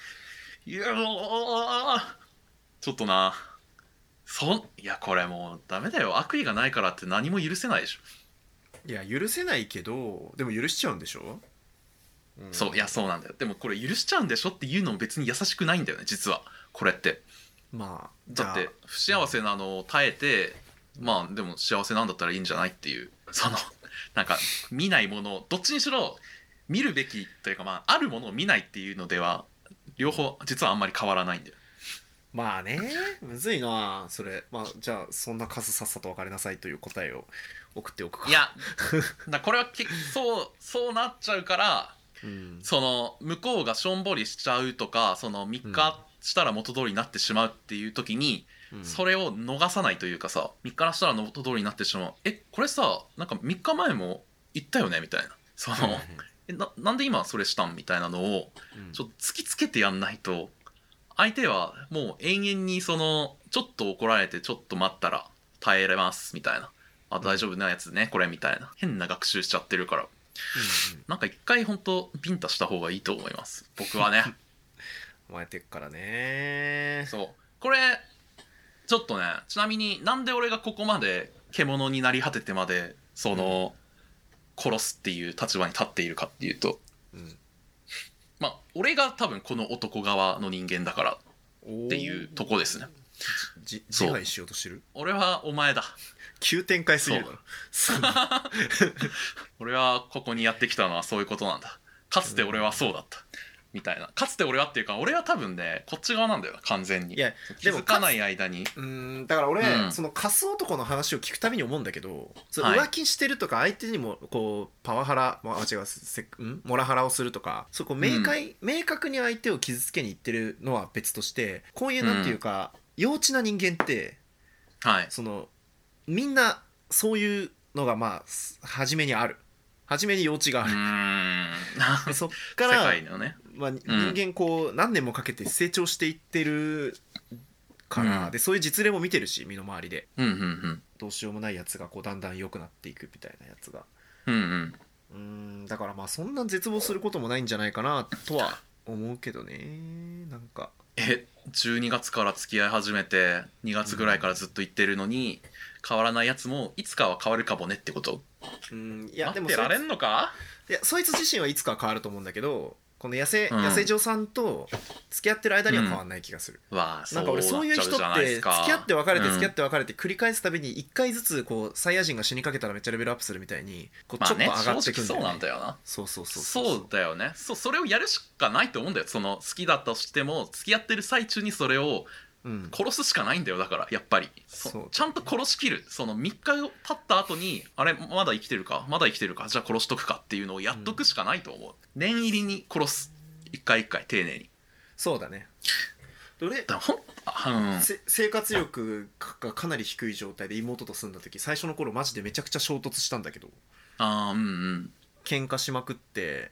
ちょっといやこれもうダメだよ。悪意がないからって何も許せないでしょ。 いや許せないけどでも許しちゃうんでしょ。 そうなんだよ。でもこれ許しちゃうんでしょっていうのも別に優しくないんだよね実はこれって。だって不幸せなのを耐えてでも幸せなんだったらいいんじゃないっていう、なんか見ないものをどっちにしろ見るべきというか、あるものを見ないっていうのでは両方実はあんまり変わらないんだよ。 むずいなそれ。じゃあそんな数さっさと別れなさいという答えを送っておくか。 いやこれはそうなっちゃうから、その向こうがしょんぼりしちゃうとか、その3日したら元通りになってしまうっていう時に、それを逃さないというかさ、3日したら元通りになってしまう。これさなんか3日前も言ったよねみたいな、なんで今それしたんみたいなのをちょっと突きつけてやんないと、相手はもう延々にちょっと怒られてちょっと待ったら耐えれますみたいな、大丈夫なやつねこれみたいな変な学習しちゃってるから、なんか一回ほんとビンタした方がいいと思います僕はね。 甘えてっからね。 これちょっとね、ちなみになんで俺がここまで獣になり果ててまで殺すっていう立場に立っているかっていうと、俺が多分この男側の人間だからっていうとこですね。 自害しようとしてる。 俺はお前だ。 急展開すぎるだろ。 俺はここにやってきたのはそういうことなんだ。かつて俺はそうだった。みたいな。かつて俺はっていうか俺は多分ねこっち側なんだよな完全に。 いや気づかない間に。 だから俺、そのカス男の話を聞くたびに思うんだけど、浮気してるとか相手にもこうパワハラ、モラハラをするとか、明確に相手を傷つけにいってるのは別として、こういうなんていうか、幼稚な人間って、みんなそういうのが初めにある。初めに幼稚がある。そっから世界のね、人間こう何年もかけて成長していってるから、でそういう実例も見てるし身の回りで、どうしようもないやつがこうだんだん良くなっていくみたいなやつが、 だからまあそんな絶望することもないんじゃないかなとは思うけどね。なんか 12月から付き合い始めて2月ぐらいからずっと言ってるのに、変わらないやつもいつかは変わるかもねってこと？ いやでも待ってられんのか？ いやそいつ自身はいつかは変わると思うんだけど、この野生女さんと付き合ってる間には変わんない気がする、なんか俺そういう人って付き合って別れて付き合って別れて繰り返すたびに1回ずつこうサイヤ人が死にかけたらめっちゃレベルアップするみたいにこうちょっと上がってくんだよね。 そうなんだよな。 そうだよね。それをやるしかないと思うんだよ。その好きだとしても付き合ってる最中にそれを殺すしかないんだよ。だからやっぱりちゃんと殺しきる。その3日経った後にあれまだ生きてるかじゃあ殺しとくかっていうのをやっとくしかないと思う、念入りに殺す。一回一回丁寧に。 そうだね。俺生活力がかなり低い状態で妹と住んだ時、最初の頃マジでめちゃくちゃ衝突したんだけど、喧嘩しまくって、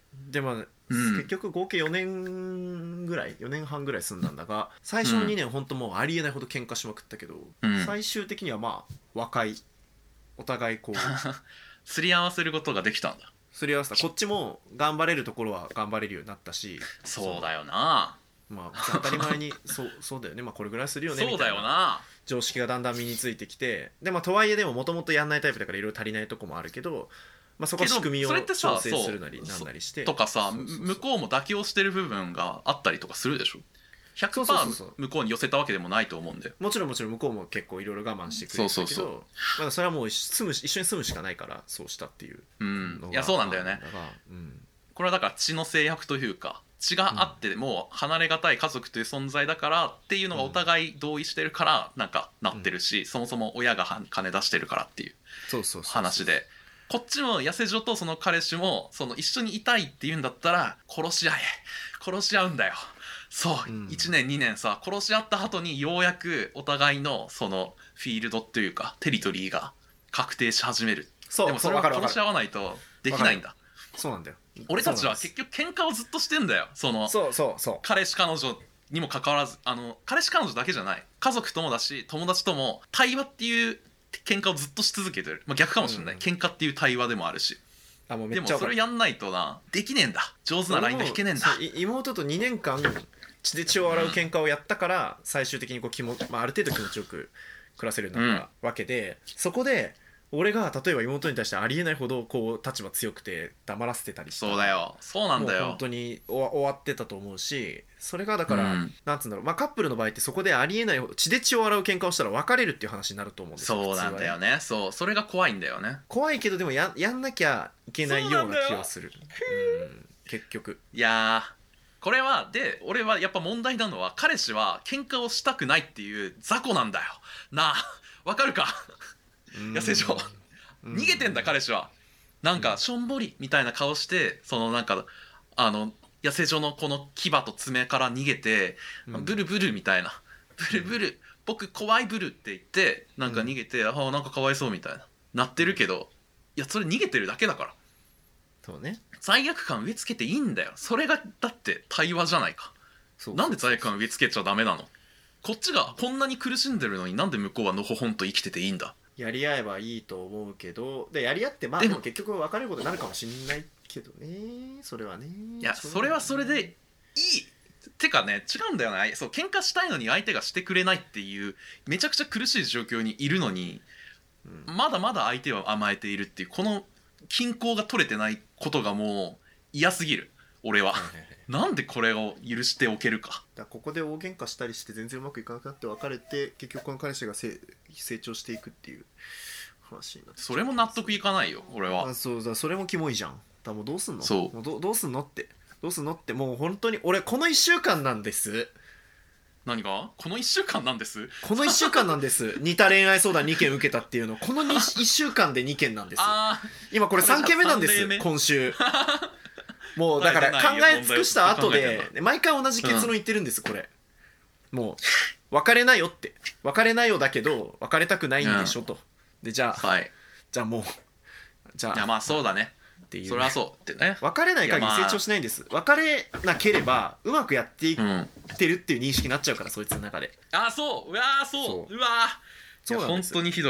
でも結局合計4年半ぐらい住んだんだが、最初の2年ほんともうありえないほど喧嘩しまくったけど、最終的にはまあ和解、お互いこうすり合わせることができたんだ。 すり合わせた。こっちも頑張れるところは頑張れるようになったし。 そうだよな。 まあ当たり前にそうだよね、まあこれぐらいするよねみたいな常識がだんだん身についてきて、でまあとはいえでももともとやんないタイプだからいろいろ足りないとこもあるけど、まあ、そこは仕組みを調整するなりなんなりしてとかさ、向こうも妥協してる部分があったりとかするでしょ。100% 向こうに寄せたわけでもないと思うんで。 もちろん向こうも結構いろいろ我慢してくれるんだけど、まあそれはもう一緒に住むしかないからそうしたっていういやそうなんだよね、これはだから血の制約というか、血があってもう離れがたい家族という存在だからっていうのがお互い同意してるからなんかなってるし、そもそも親が金出してるからっていう話で、こっちも痩せ女とその彼氏もその一緒にいたいっていうんだったら殺し合うんだよ。そう、1年2年さ殺し合った後にようやくお互いのそのフィールドっていうかテリトリーが確定し始める。でもそれは殺し合わないとできないんだ。 そうなんだよ。 俺たちは結局喧嘩をずっとしてんだよ。その彼氏彼女にもかかわらず、彼氏彼女だけじゃない、家族ともだし友達とも対話っていう喧嘩をずっとし続けてる。まあ、逆かもしれない、喧嘩っていう対話でもあるし。でもそれやんないとなできねえんだ。上手なラインが引けねえんだ。 妹と2年間血で血を洗う喧嘩をやったから、最終的にこうある程度気持ちよく暮らせるようになったわけで、そこで俺が例えば妹に対してありえないほどこう立場強くて黙らせてたりして、 そうだよ、そうなんだよ。 もう本当に終わってたと思うし、それがだから、なんつうんだろう、まあカップルの場合ってそこでありえないほど血で血を洗う喧嘩をしたら別れるっていう話になると思うんですよ。 そうなんだよね。それが怖いんだよね。 怖いけどでもやんなきゃいけないような気がする。結局いやこれはで俺はやっぱ問題なのは、彼氏は喧嘩をしたくないっていう雑魚なんだよなあ。わかるか痩せ女逃げてんだ彼氏は。なんかしょんぼりみたいな顔して、そのなんか痩せ女のこの牙と爪から逃げて、ブルブルみたいな、ブルブル僕怖いブルって言ってなんか逃げて、なんかかわいそうみたいななってるけど、いやそれ逃げてるだけだから。 そうね、 罪悪感植え付けていいんだよ。それがだって対話じゃないか。なんで罪悪感植え付けちゃダメなの。こっちがこんなに苦しんでるのになんで向こうはのほほんと生きてていいんだ。 やり合えばいいと思うけど、でやり合ってまあでも結局別れることになるかもしんないけどね、それはね。 いやそれはそれでいいてかね、違うんだよね。そう喧嘩したいのに相手がしてくれないっていうめちゃくちゃ苦しい状況にいるのに、まだまだ相手は甘えているっていうこの均衡が取れてないことがもう嫌すぎる俺は。なんでこれを許しておけるか。 ここで大喧嘩したりして全然うまくいかなくなって別れて、結局この彼氏が成長していくっていう話になって、 それも納得いかないよ俺は。 そうだ、それもキモいじゃん。だもうどうすんの。 そうどうすんのってもう本当に俺この1週間なんです。 何がこの1週間なんです。 この1週間なんです。似た恋愛相談2件受けたっていうのこの1週間で2件なんです。今これ3件目なんです。今週もうだから考え尽くした後で毎回同じ結論言ってるんです。これもう別れなよって、別れなよだけど別れたくないんでしょと。でじゃあもうじゃあ、 いやまあそうだねっていう、 それはそうってね。 別れない限り成長しないんです。別れなければうまくやっていってるっていう認識になっちゃうから、そいつの中で。 そううわそううわそうなんです。 本当にひどい。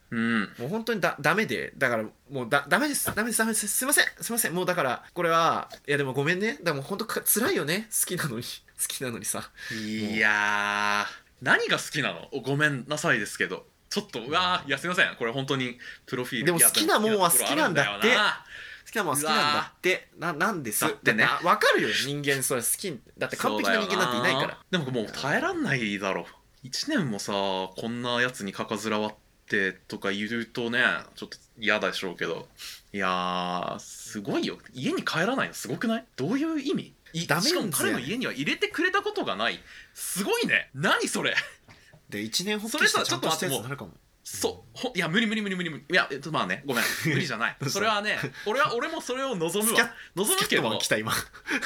うん、 もう本当にダメで、だからもうダメです、すいませんすいません、もうだからこれはいやでもごめんね、でも本当辛いよね、好きなのに好きなのにさ。 いやー、何が好きなの？ごめんなさいですけど、ちょっとうわー、いやすいません、これ本当にプロフィールでも好きなもんは好きなんだって、好きなもんは好きなんだって、なんですだってね、 分かるよ人間、それ好きだって完璧な人間なんていないから。 でももう耐えらんないだろ、1年もさこんなやつにかかずらわってとか言うとね、ちょっと嫌でしょうけど、いやーすごいよ、家に帰らないのすごくない？どういう意味？ ダメしかも彼の家には入れてくれたことがない、すごいね、何それで1年発起してちゃんとしたやつになるかも。 いや無理、いやまあね、ごめん、無理じゃないそれはね、俺もそれを望むけど、 来た今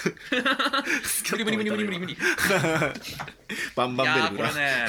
無理バンバンベルいやこれね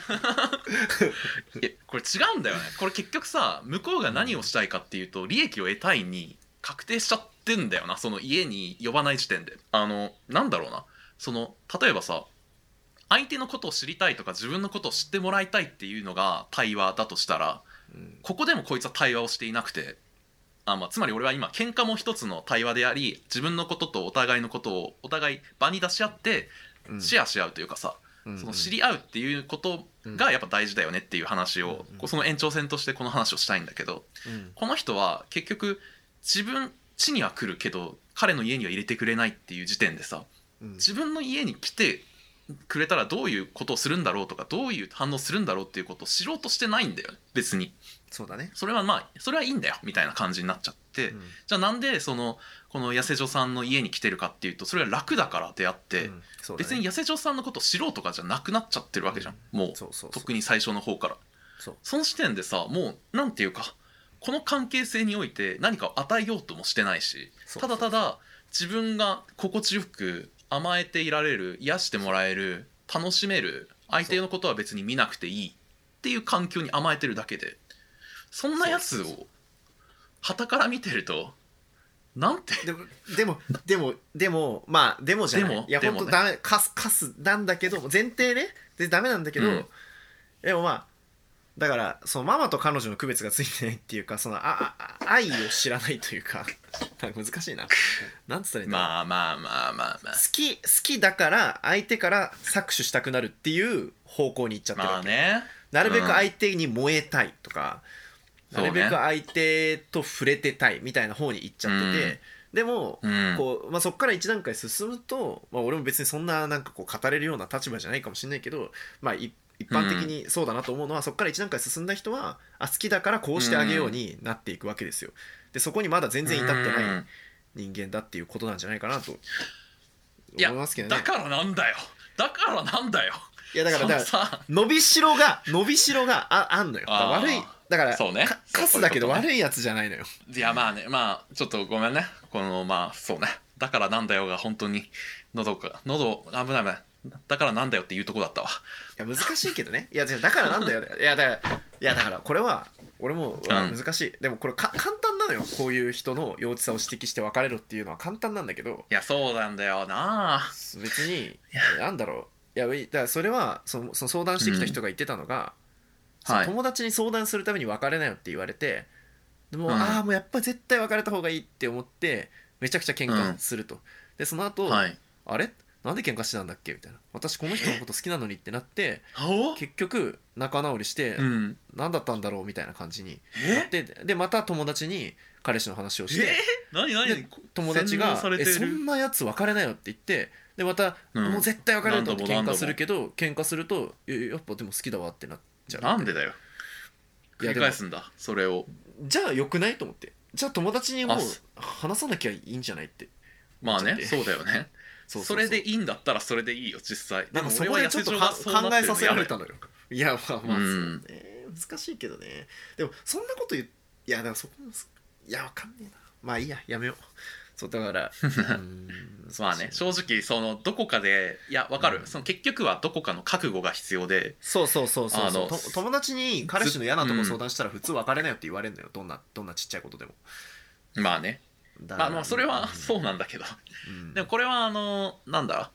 これ違うんだよね、これ結局さ、向こうが何をしたいかっていうと利益を得たいに確定しちゃってんだよな、その家に呼ばない時点で。なんだろうな、その例えばさ、相手のことを知りたいとか自分のことを知ってもらいたいっていうのが対話だとしたら、ここでもこいつは対話をしていなくて、つまり俺は今喧嘩も一つの対話であり、自分のこととお互いのことをお互い場に出し合ってシェアし合うというかさ、その知り合うっていうことがやっぱ大事だよねっていう話を、その延長線としてこの話をしたいんだけど、この人は結局自分家には来るけど彼の家には入れてくれないっていう時点でさ、自分の家に来てくれたらどういうことをするんだろうとか、どういう反応するんだろうっていうことを知ろうとしてないんだよね、別に。 そうだね、 それはいいんだよみたいな感じになっちゃって、じゃあなんでこの痩せ女さんの家に来てるかっていうと、それは楽だからであって、別に痩せ女さんのことを知ろうとかじゃなくなっちゃってるわけじゃん、もう特に最初の方から。その時点でさ、もうなんていうか、この関係性において何かを与えようともしてないし、ただただ自分が心地よく甘えていられる、癒してもらえる、楽しめる、相手のことは別に見なくていいっていう環境に甘えてるだけで、そんなやつを傍から見てるとなんて。 でもまあでもじゃない、いや本当ダメ、カスなんだけど前提ねでダメなんだけど、でもまあだからそのママと彼女の区別がついてないっていうか、その愛を知らないというか難しいな、なんつったらいいんだろう。 まあ好きだから相手から搾取したくなるっていう方向に行っちゃってるわけ、なるべく相手に燃えたいとか、なるべく相手と触れてたいみたいな方に行っちゃってて、でもこう、そこから一段階進むと、俺も別にそんななんかこう語れるような立場じゃないかもしれないけど、一般的にそうだなと思うのは、そこから一段階進んだ人は好きだからこうしてあげようになっていくわけですよ。でそこにまだ全然至ってない人間だっていうことなんじゃないかなと思いますけどね。 だからなんだよいやだから伸びしろがあんのよ。悪いだからそうね、 カスだけど悪いやつじゃないのよ。 いやまあね、ちょっとごめんね、このそうね、だからなんだよが本当に喉危ないだからなんだよっていうとこだったわ。 いや難しいけどね。いやだからなんだよいやだからこれは俺も難しい、でもこれ簡単なのよ。こういう人の幼稚さを指摘して別れろっていうのは簡単なんだけど、 いやそうなんだよな、 別になんだろう、いやだからそれはその相談してきた人が言ってたのが、友達に相談するために別れなよって言われて、でももうやっぱり絶対別れた方がいいって思ってめちゃくちゃ喧嘩すると、でその後、あれなんで喧嘩してたんだっけみたいな、私この人のこと好きなのにってなって結局仲直りして、何だったんだろうみたいな感じになって、でまた友達に彼氏の話をして、友達がそんなやつ別れなよって言って、でまた、もう絶対別れると思って喧嘩するけど、喧嘩するとやっぱでも好きだわってなっちゃう。 なんでだよ、繰り返すんだそれを。 じゃあよくないと思って、じゃあ友達にもう話さなきゃいいんじゃないって。 まあね、そうだよね。それでいいんだったらそれでいいよ実際。 なんかそこでちょっと考えさせられたのよ。いやそうね、難しいけどね。でもそんなこといやだからそこいやわかんねえな、いいやめよう。そうだからまあね、正直そのどこかでわかる、その結局はどこかの覚悟が必要で、 そう友達に彼氏の嫌なとこ相談したら普通別れなよって言われるのよ、どんなちっちゃいことでも。 まあね、それはそうなんだけど、でもこれはなんだ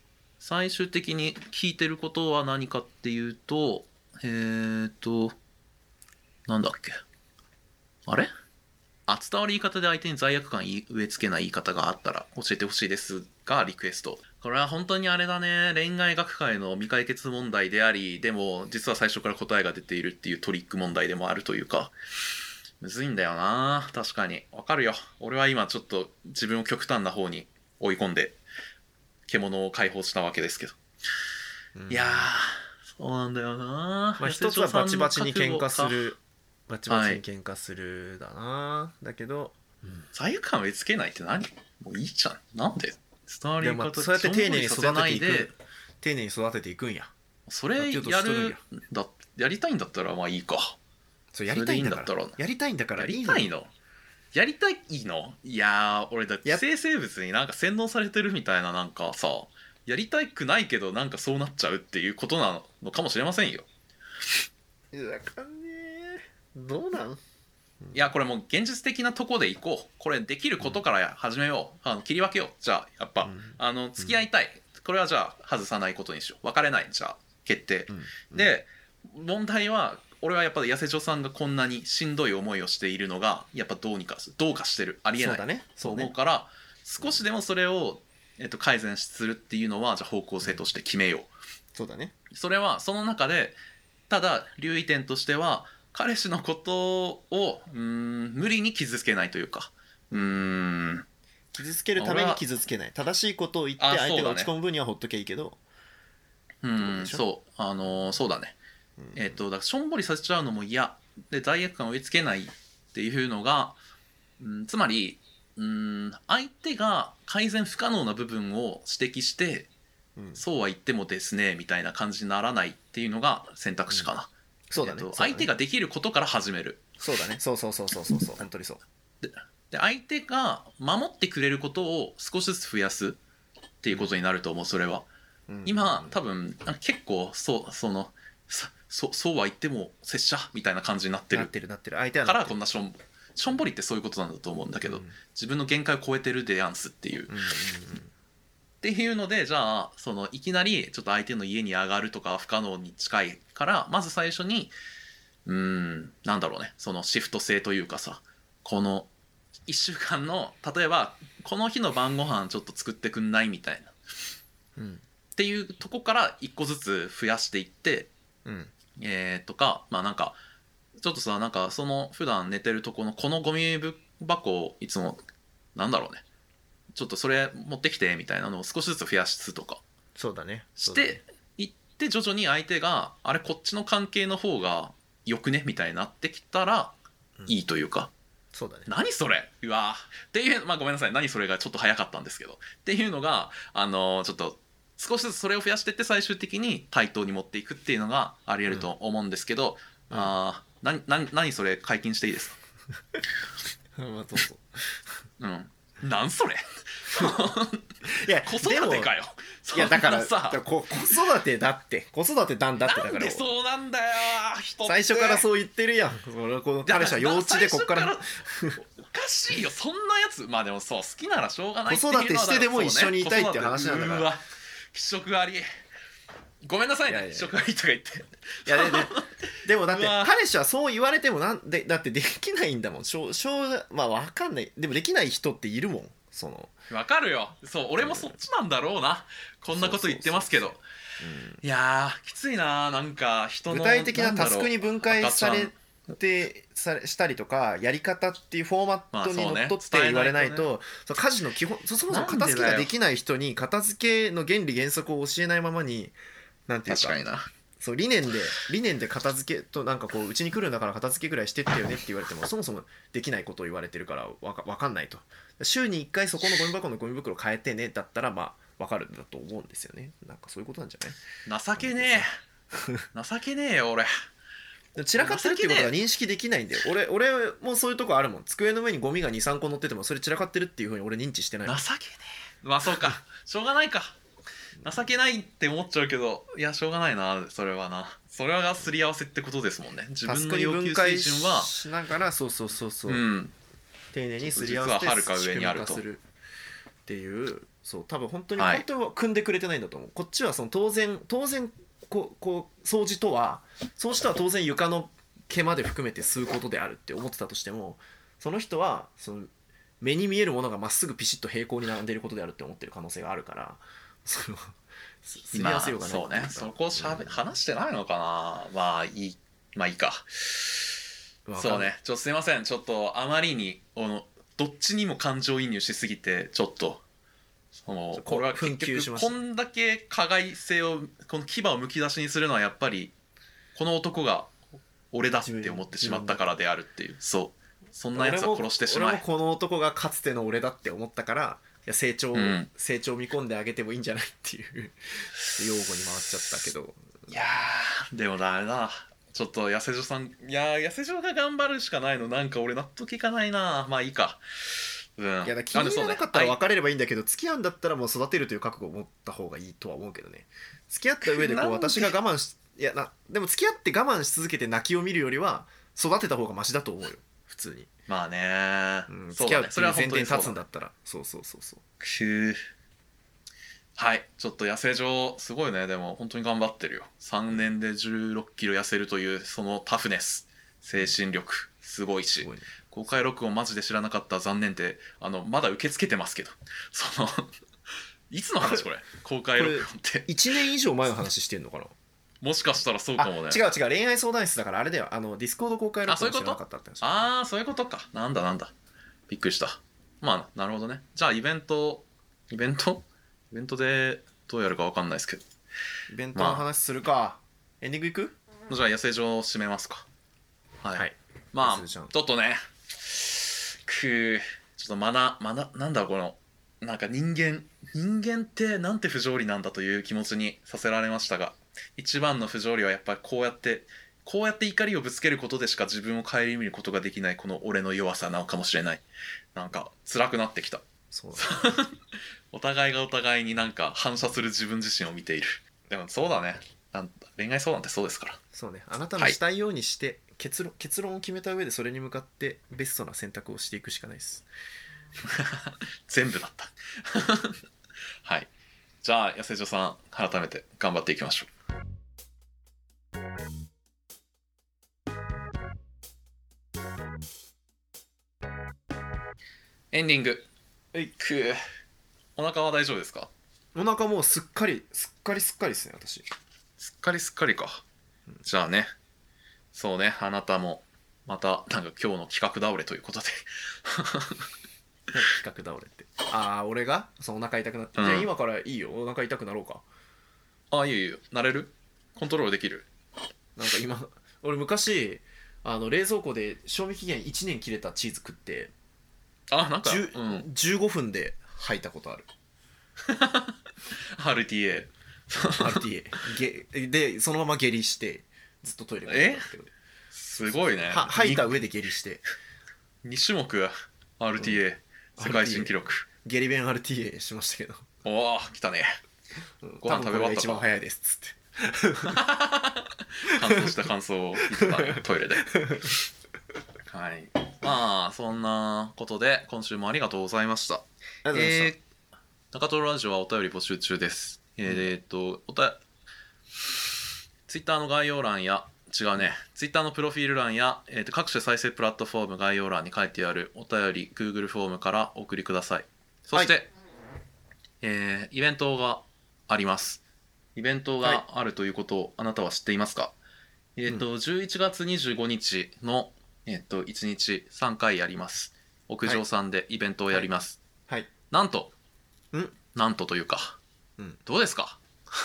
最終的に聞いてることは何かっていうとなんだっけ、あれ、伝わる言い方で相手に罪悪感植え付けない言い方があったら教えてほしいですがリクエスト。これは本当にあれだね、恋愛学会の未解決問題であり、でも実は最初から答えが出ているっていうトリック問題でもあるというか、むずいんだよな。確かにわかるよ。俺は今ちょっと自分を極端な方に追い込んで獣を解放したわけですけど、いやーそうなんだよな。 まあ一つはバチバチに喧嘩する、バチバチに喧嘩するだな、だけど、 罪悪感植え付けないって何、もういいじゃん。なんで伝わり方、 そうやって丁寧に育てていく、丁寧に育てていくんや。 それやりたいんだったらまあいいか。 そうやりたいんだからやりたいんだからやりたいのいやー俺だって寄生生物になんか洗脳されてるみたいな、なんかさ、やりたくないけどなんかそうなっちゃうっていうことなのかもしれませんよ。 いやわかんねえ、どうなん。 いやこれもう現実的なとこでいこう。これできることから始めよう。切り分けよう。じゃあやっぱ、付き合いたい、これはじゃあ外さないことにしよう。別れない、じゃあ決定、で問題は俺はやっぱり痩せ女さんがこんなにしんどい思いをしているのがやっぱどうかしてる、ありえないと思うから、少しでもそれを、改善するっていうのはじゃあ方向性として決めよう。 そうだね。 それはその中でただ留意点としては彼氏のことを無理に傷つけないというか、 傷つけるために傷つけない、正しいことを言って相手が落ち込む分にはほっとけばいいけど、 そうだね。だからしょんぼりさせちゃうのも嫌で罪悪感を植え付けないっていうのが、つまり相手が改善不可能な部分を指摘して、そうは言ってもですねみたいな感じにならないっていうのが選択肢かな。 そうだね。 相手ができることから始める。 そうだね。そう本当にそう。 で相手が守ってくれることを少しずつ増やすっていうことになると思う。それは、今多分結構そうは言っても拙者みたいな感じになってる相手はからこんなしょんぼりってそういうことなんだと思うんだけど、自分の限界を超えてるでやんすっていう、っていうので、じゃあいきなりちょっと相手の家に上がるとか不可能に近いから、まず最初になんだろうね、そのシフト制というかさ、この1週間の例えばこの日の晩ご飯ちょっと作ってくんないみたいな、っていうとこから1個ずつ増やしていって、とか、まあなんかちょっとさ、なんかその普段寝てるとこのこのゴミ箱をいつもなんだろうね、ちょっとそれ持ってきてみたいなのを少しずつ増やすとかしていって徐々に相手があれこっちの関係の方がよくねみたいになってきたらいいというか、 そうだね。 何それうわっていう、まあごめんなさい、何それがちょっと早かったんですけどっていうのがちょっと少しずつそれを増やしていって最終的に対等に持っていくっていうのがありえると思うんですけど、何それ解禁していいですか？ まあどうぞ。 なんそれいや子育てかよ。 いやだからさ子育てだって子育てなんだってだからなんでそうなんだよ人って最初からそう言ってるやん。彼氏は幼稚でこっからおかしいよそんなやつ。まあでもそう好きならしょうがないっていうのは子育てしてでも一緒にいたいっていう話なんだから。 うわ気色ありごめんなさいね、気色ありとか言って。 いやでもだって彼氏はそう言われてもだってできないんだもん。まあ分かんない。でもできない人っているもん。 分かるよ。そう俺もそっちなんだろうな、こんなこと言ってますけど。いやーきついな。なんか人の具体的なタスクに分解されてしたりとかやり方っていうフォーマットにのっとって言われないと、家事の基本そもそも片付けができない人に片付けの原理原則を教えないままになんていうか、 確かにな。 そう理念で片付けとなんかこううちに来るんだから片付けぐらいしてってよねって言われてもそもそもできないことを言われてるから分かんないと。週に1回そこのゴミ箱のゴミ袋変えてねだったらまあ分かるんだと思うんですよね。なんかそういうことなんじゃない？ 情けねえよ俺。 散らかってるっていうことが認識できないんだよ。俺もそういうとこあるもん。机の上にゴミが 2,3 個乗っててもそれ散らかってるっていう風に俺認知してない。 情けねえ。まあそうかしょうがないか。情けないって思っちゃうけど、いやしょうがないな。それはがすり合わせってことですもんね。自分の要求水準はしながらそう、丁寧にすり合わせて仕組み化するっていう。そう多分本当に組んでくれてないんだと思う。こっちは当然掃除とは当然床の毛まで含めて吸うことであるって思ってたとしても、その人はその目に見えるものがまっすぐピシッと平行に並んでいることであるって思ってる可能性があるから、そのすり合わせようがないっていうか、 そうね、そこ話してないのかな。まあいい、まあいいか。そうね、すいません、ちょっとあまりにどっちにも感情移入しすぎてちょっとこれは結局こんだけ加害性を、この牙をむき出しにするのはやっぱりこの男が俺だって思ってしまったからであるっていう、そんなやつは殺してしまえ。 俺もこの男がかつての俺だって思ったから、いや成長を見込んであげてもいいんじゃないっていう用語に回っちゃったけど、 いやーでもダメだ、ちょっと痩せ女さん、いや痩せ女が頑張るしかないの、なんか俺納得いかないな。まあいいか。 いや気に入らなかったら別れればいいんだけど、付き合うんだったらもう育てるという覚悟を持った方がいいとは思うけどね。付き合った上でこう私が我慢し、でも付き合って我慢し続けて泣きを見るよりは育てた方がマシだと思うよ、普通に。 まあね、 付き合うっていう前提に立つんだったら、そうはい、ちょっと痩せ女すごいね。でも本当に頑張ってるよ。3年で16キロ痩せるというそのタフネス、精神力すごいし、公開録音マジで知らなかった、残念って、まだ受け付けてますけど、いつの話これ公開録音って 1年以上前の話してんのかな。 もしかしたらそうかもね。 違う恋愛相談室だから、あれだよ、ディスコード公開録音知らなかったって話。 ああそういうことか。なんだびっくりした。まあなるほどね。じゃあイベントでどうやるか分かんないですけど、 イベントの話するか。エンディングいく？ じゃあ痩せ状を締めますか。はい、まあちょっとね、ちょっとなんだこのなんか人間ってなんて不条理なんだという気持ちにさせられましたが、一番の不条理はやっぱりこうやって怒りをぶつけることでしか自分を顧みることができないこの俺の弱さなのかもしれない。なんか辛くなってきた。 そうだお互いがお互いになんか反射する自分自身を見ている。でもそうだね、恋愛相談ってそうですから。 そうね、あなたのしたいようにして、はい、結論を決めた上でそれに向かってベストな選択をしていくしかないです全部だったはい、じゃあ痩せ女さん改めて頑張っていきましょう。エンディング。お腹は大丈夫ですか？ お腹もうすっかりですね、私。 すっかりか、じゃあね、そうね、あなたもまたなんか今日の企画倒れということで企画倒れって俺がお腹痛くなって、じゃあ今からいいよ、お腹痛くなろうか。 いいよ、なれる？コントロールできる？ なんか今俺昔冷蔵庫で賞味期限1年切れたチーズ食って、 なんか、 15分で吐いたことある RTA でそのまま下痢してずっとトイレに行ったけど、 すごいね。 吐いた上で下痢して 2種目 RTA、世界新記録下痢弁 RTA しましたけど、 おお来たね、ご飯食べ終わったか。 一番早いですっつって乾燥した感想を言ってたねトイレではい、まあそんなことで今週もありがとうございました。中トロラジオはお便り募集中です。ツイッターの概要欄やツイッターのプロフィール欄や、各種再生プラットフォーム概要欄に書いてあるお便り Google フォームからお送りください。そして、イベントがあります。イベントがあるということをあなたは知っていますか？11月25日の、1日3回やります。屋上さんでイベントをやります。なんとというか、どうですか？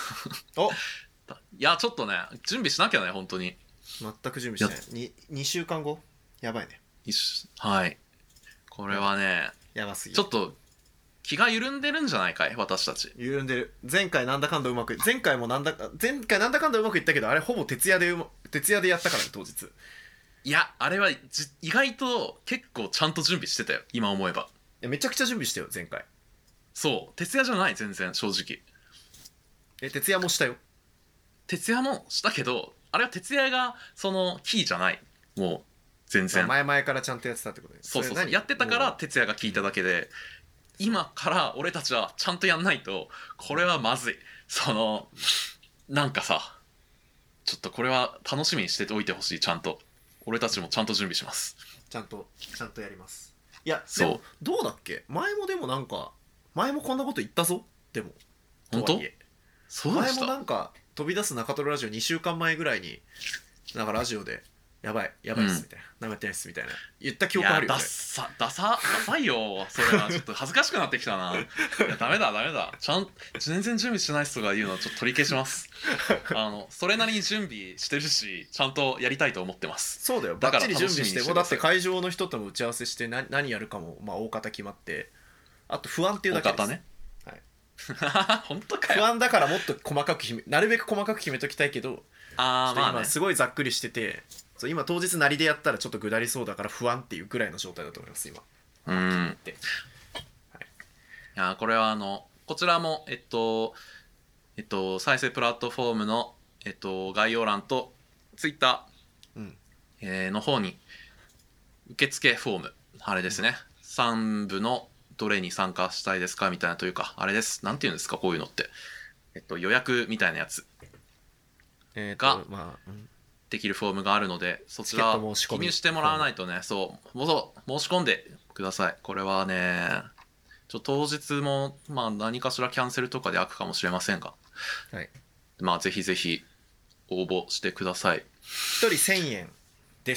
いやちょっとね準備しなきゃね、本当に全く準備してない。2週間後やばいね。 はい、これはねやばすぎる。 ちょっと気が緩んでるんじゃないかい、私たち。 緩んでる。前回なんだかんだうまくいったけど、あれほぼ徹夜でやったからね、当日。 いやあれは意外と結構ちゃんと準備してたよ、今思えば。 いやめちゃくちゃ準備したよ前回。 そう徹夜じゃない、全然正直。 徹夜もしたよ。 徹夜もしたけど、あれは徹夜がそのキーじゃない、もう全然前々からちゃんとやってたってことね。 そうやってたから徹夜が効いただけで、今から俺たちはちゃんとやんないとこれはまずい。なんかさ、ちょっとこれは楽しみにしておいてほしい。ちゃんと俺たちもちゃんと準備します。 ちゃんとやります。いやそうでもどうだっけ、前もこんなこと言ったぞ。でも本当とはいえ前そうでした。 もなんか飛び出す中トロラジオ2週間前ぐらいになんかラジオでやばいっすみたいな、何もやってないっすみたいな言った記憶あるよね。 ダサいよそれは。ちょっと恥ずかしくなってきたな。いやダメだ全然準備してない人が言うのはちょっと取り消します。それなりに準備してるしちゃんとやりたいと思ってます。 そうだよ、バッチリ準備して、もうだって会場の人とも打ち合わせして何やるかもまあ大方決まって、あと不安っていうだけです。 大方ね。 はい、 本当かよ。 不安だからもっとなるべく細かく決めときたいけど、 まあね、 今すごいざっくりしてて、そう今当日なりでやったらちょっと下りそうだから不安っていうぐらいの状態だと思います今。 はい、いやこれはこちらも再生プラットフォームの概要欄とツイッターの方に受付フォームあれですね、3部のどれに参加したいですかみたいなというかあれです、なんていうんですかこういうのって、予約みたいなやつができるフォームがあるので、そちら記入してもらわないとね。そう申し込んでください。これはね当日もまあ何かしらキャンセルとかで開くかもしれませんが、 はい、 まあぜひぜひ応募してください。 1人1000円です。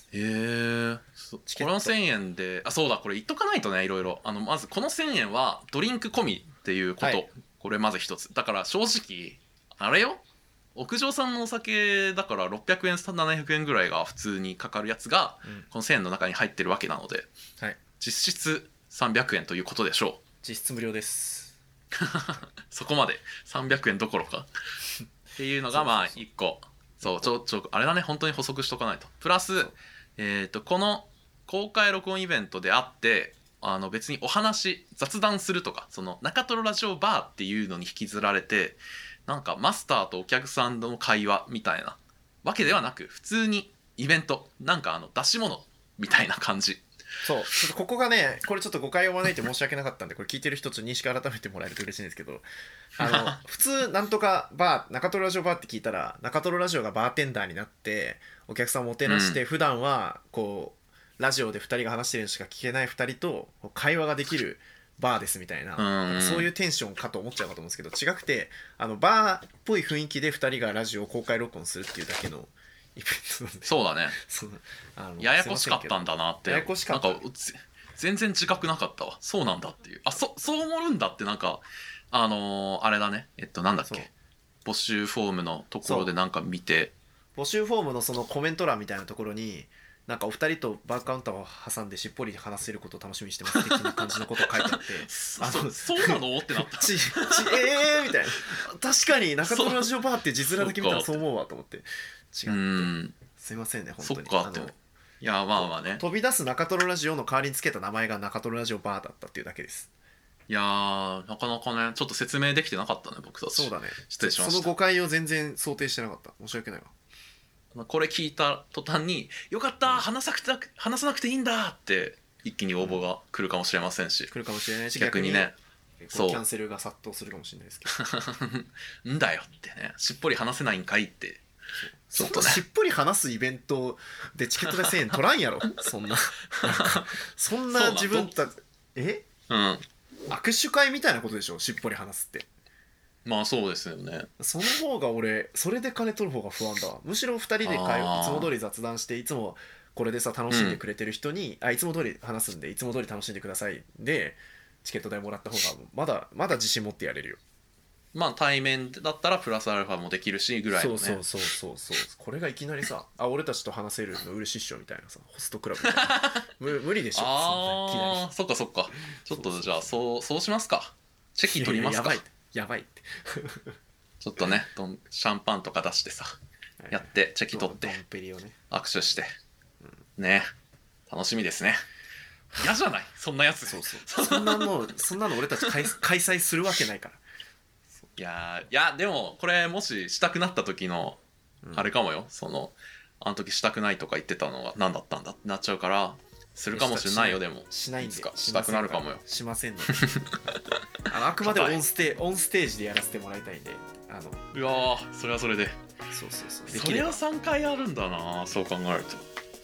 この1000円でそうだこれ言っとかないとね、いろいろまずこの1000円はドリンク込みっていうこと、はい、これまず一つだから、正直あれよ、屋上さんのお酒だから600円700円ぐらいが普通にかかるやつが、この1000円の中に入ってるわけなので、 はい、 実質300円ということでしょう。 実質無料ですそこまで300円どころかっていうのがまあ1個。あれだね、本当に補足しとかないと。プラスこの公開録音イベントであって別にお話雑談するとか、その中トロラジオバーっていうのに引きずられてなんかマスターとお客さんの会話みたいなわけではなく、普通にイベントなんか出し物みたいな感じ。 そうちょっとここがね、これちょっと誤解を招いて申し訳なかったんで、これ聞いてる人ちょっと認識改めてもらえると嬉しいんですけど、普通なんとかバー中トロラジオバーって聞いたら、中トロラジオがバーテンダーになってお客さんをもてなして、普段はこうラジオで2人が話してるのしか聞けない2人と会話ができるバーですみたいな、そういうテンションかと思っちゃうかと思うんですけど、違くてバーっぽい雰囲気で2人がラジオを公開録音するっていうだけのイベントなんで。 そうだねややこしかったんだなって。 ややこしかった。 なんか全然自覚なかったわ。そうなんだっていう、そう思うんだって。なんかあれだね、なんだっけ、募集フォームのところでなんか見て、 募集フォームのそのコメント欄みたいなところになんかお二人とバーカウンターを挟んでしっぽり話せることを楽しみにしてます的な感じのことを書いてあってそうなのってなったみたいな。確かに中トロラジオバーって字面だけ見たらそう思うわと思って、違ってすいませんね本当に。 そっかって。いやまあまあね、 飛び出す中トロラジオの代わりにつけた名前が中トロラジオバーだったっていうだけです。 いやーなかなかねちょっと説明できてなかったね僕たち。 そうだね、 失礼しました。 その誤解を全然想定してなかった。申し訳ないわ。 これ聞いた途端によかった、話さなくていいんだって一気に応募が来るかもしれませんし、 来るかもしれないし、 逆にねキャンセルが殺到するかもしれないですけどんだよってね、しっぽり話せないんかいって。 そんなしっぽり話すイベントでチケットで1000円取らんやろそんな自分たち握手会みたいなことでしょ、しっぽり話すって。 まあそうですよね。 その方が俺それで金取る方が不安だわ。むしろ2人でいつも通り雑談して、いつもこれでさ楽しんでくれてる人に、いつも通り話すんでいつも通り楽しんでくださいでチケット代もらった方がまだ自信持ってやれるよ。 まあ対面だったらプラスアルファもできるしぐらいのね。 そうこれがいきなりさ俺たちと話せるの嬉しいっしょみたいなさ、ホストクラブみたいな無理でしょ。 そっかちょっとじゃあそうしますか。チェキ取りますか。 やばいってちょっとねシャンパンとか出してさやってチェキ取って握手してね、楽しみですね。嫌じゃないそんなやつ。 そんなの俺たち開催するわけないから。 いやでもこれもししたくなった時のあれかもよ、あの時したくないとか言ってたのが何だったんだってなっちゃうからするかもしれないよ。でもしないんでしたくなるかもよ。 しませんのであくまでオンステージでやらせてもらいたいんでうわそれはそれでそうそれは3回あるんだな、そう考えると。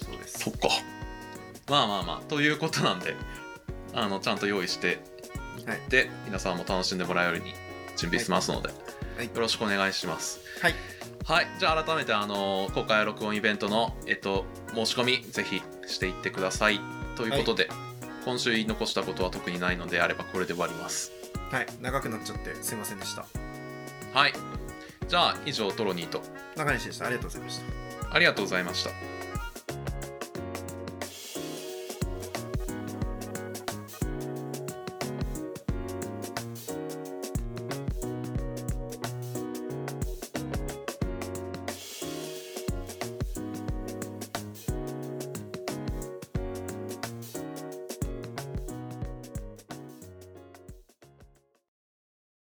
そうです。 そっか。まあまあまあということなんでちゃんと用意していって、皆さんも楽しんでもらえるように準備しますので、 はい、 よろしくお願いします。 はい、 はい、じゃあ改めて公開録音イベントの、申し込みぜひしていってくださいということで、今週言い残したことは特にないのであればこれで終わります。 はい、長くなっちゃってすいませんでした。 はい、じゃあ以上トロニーと中西でした。ありがとうございました。 ありがとうございました。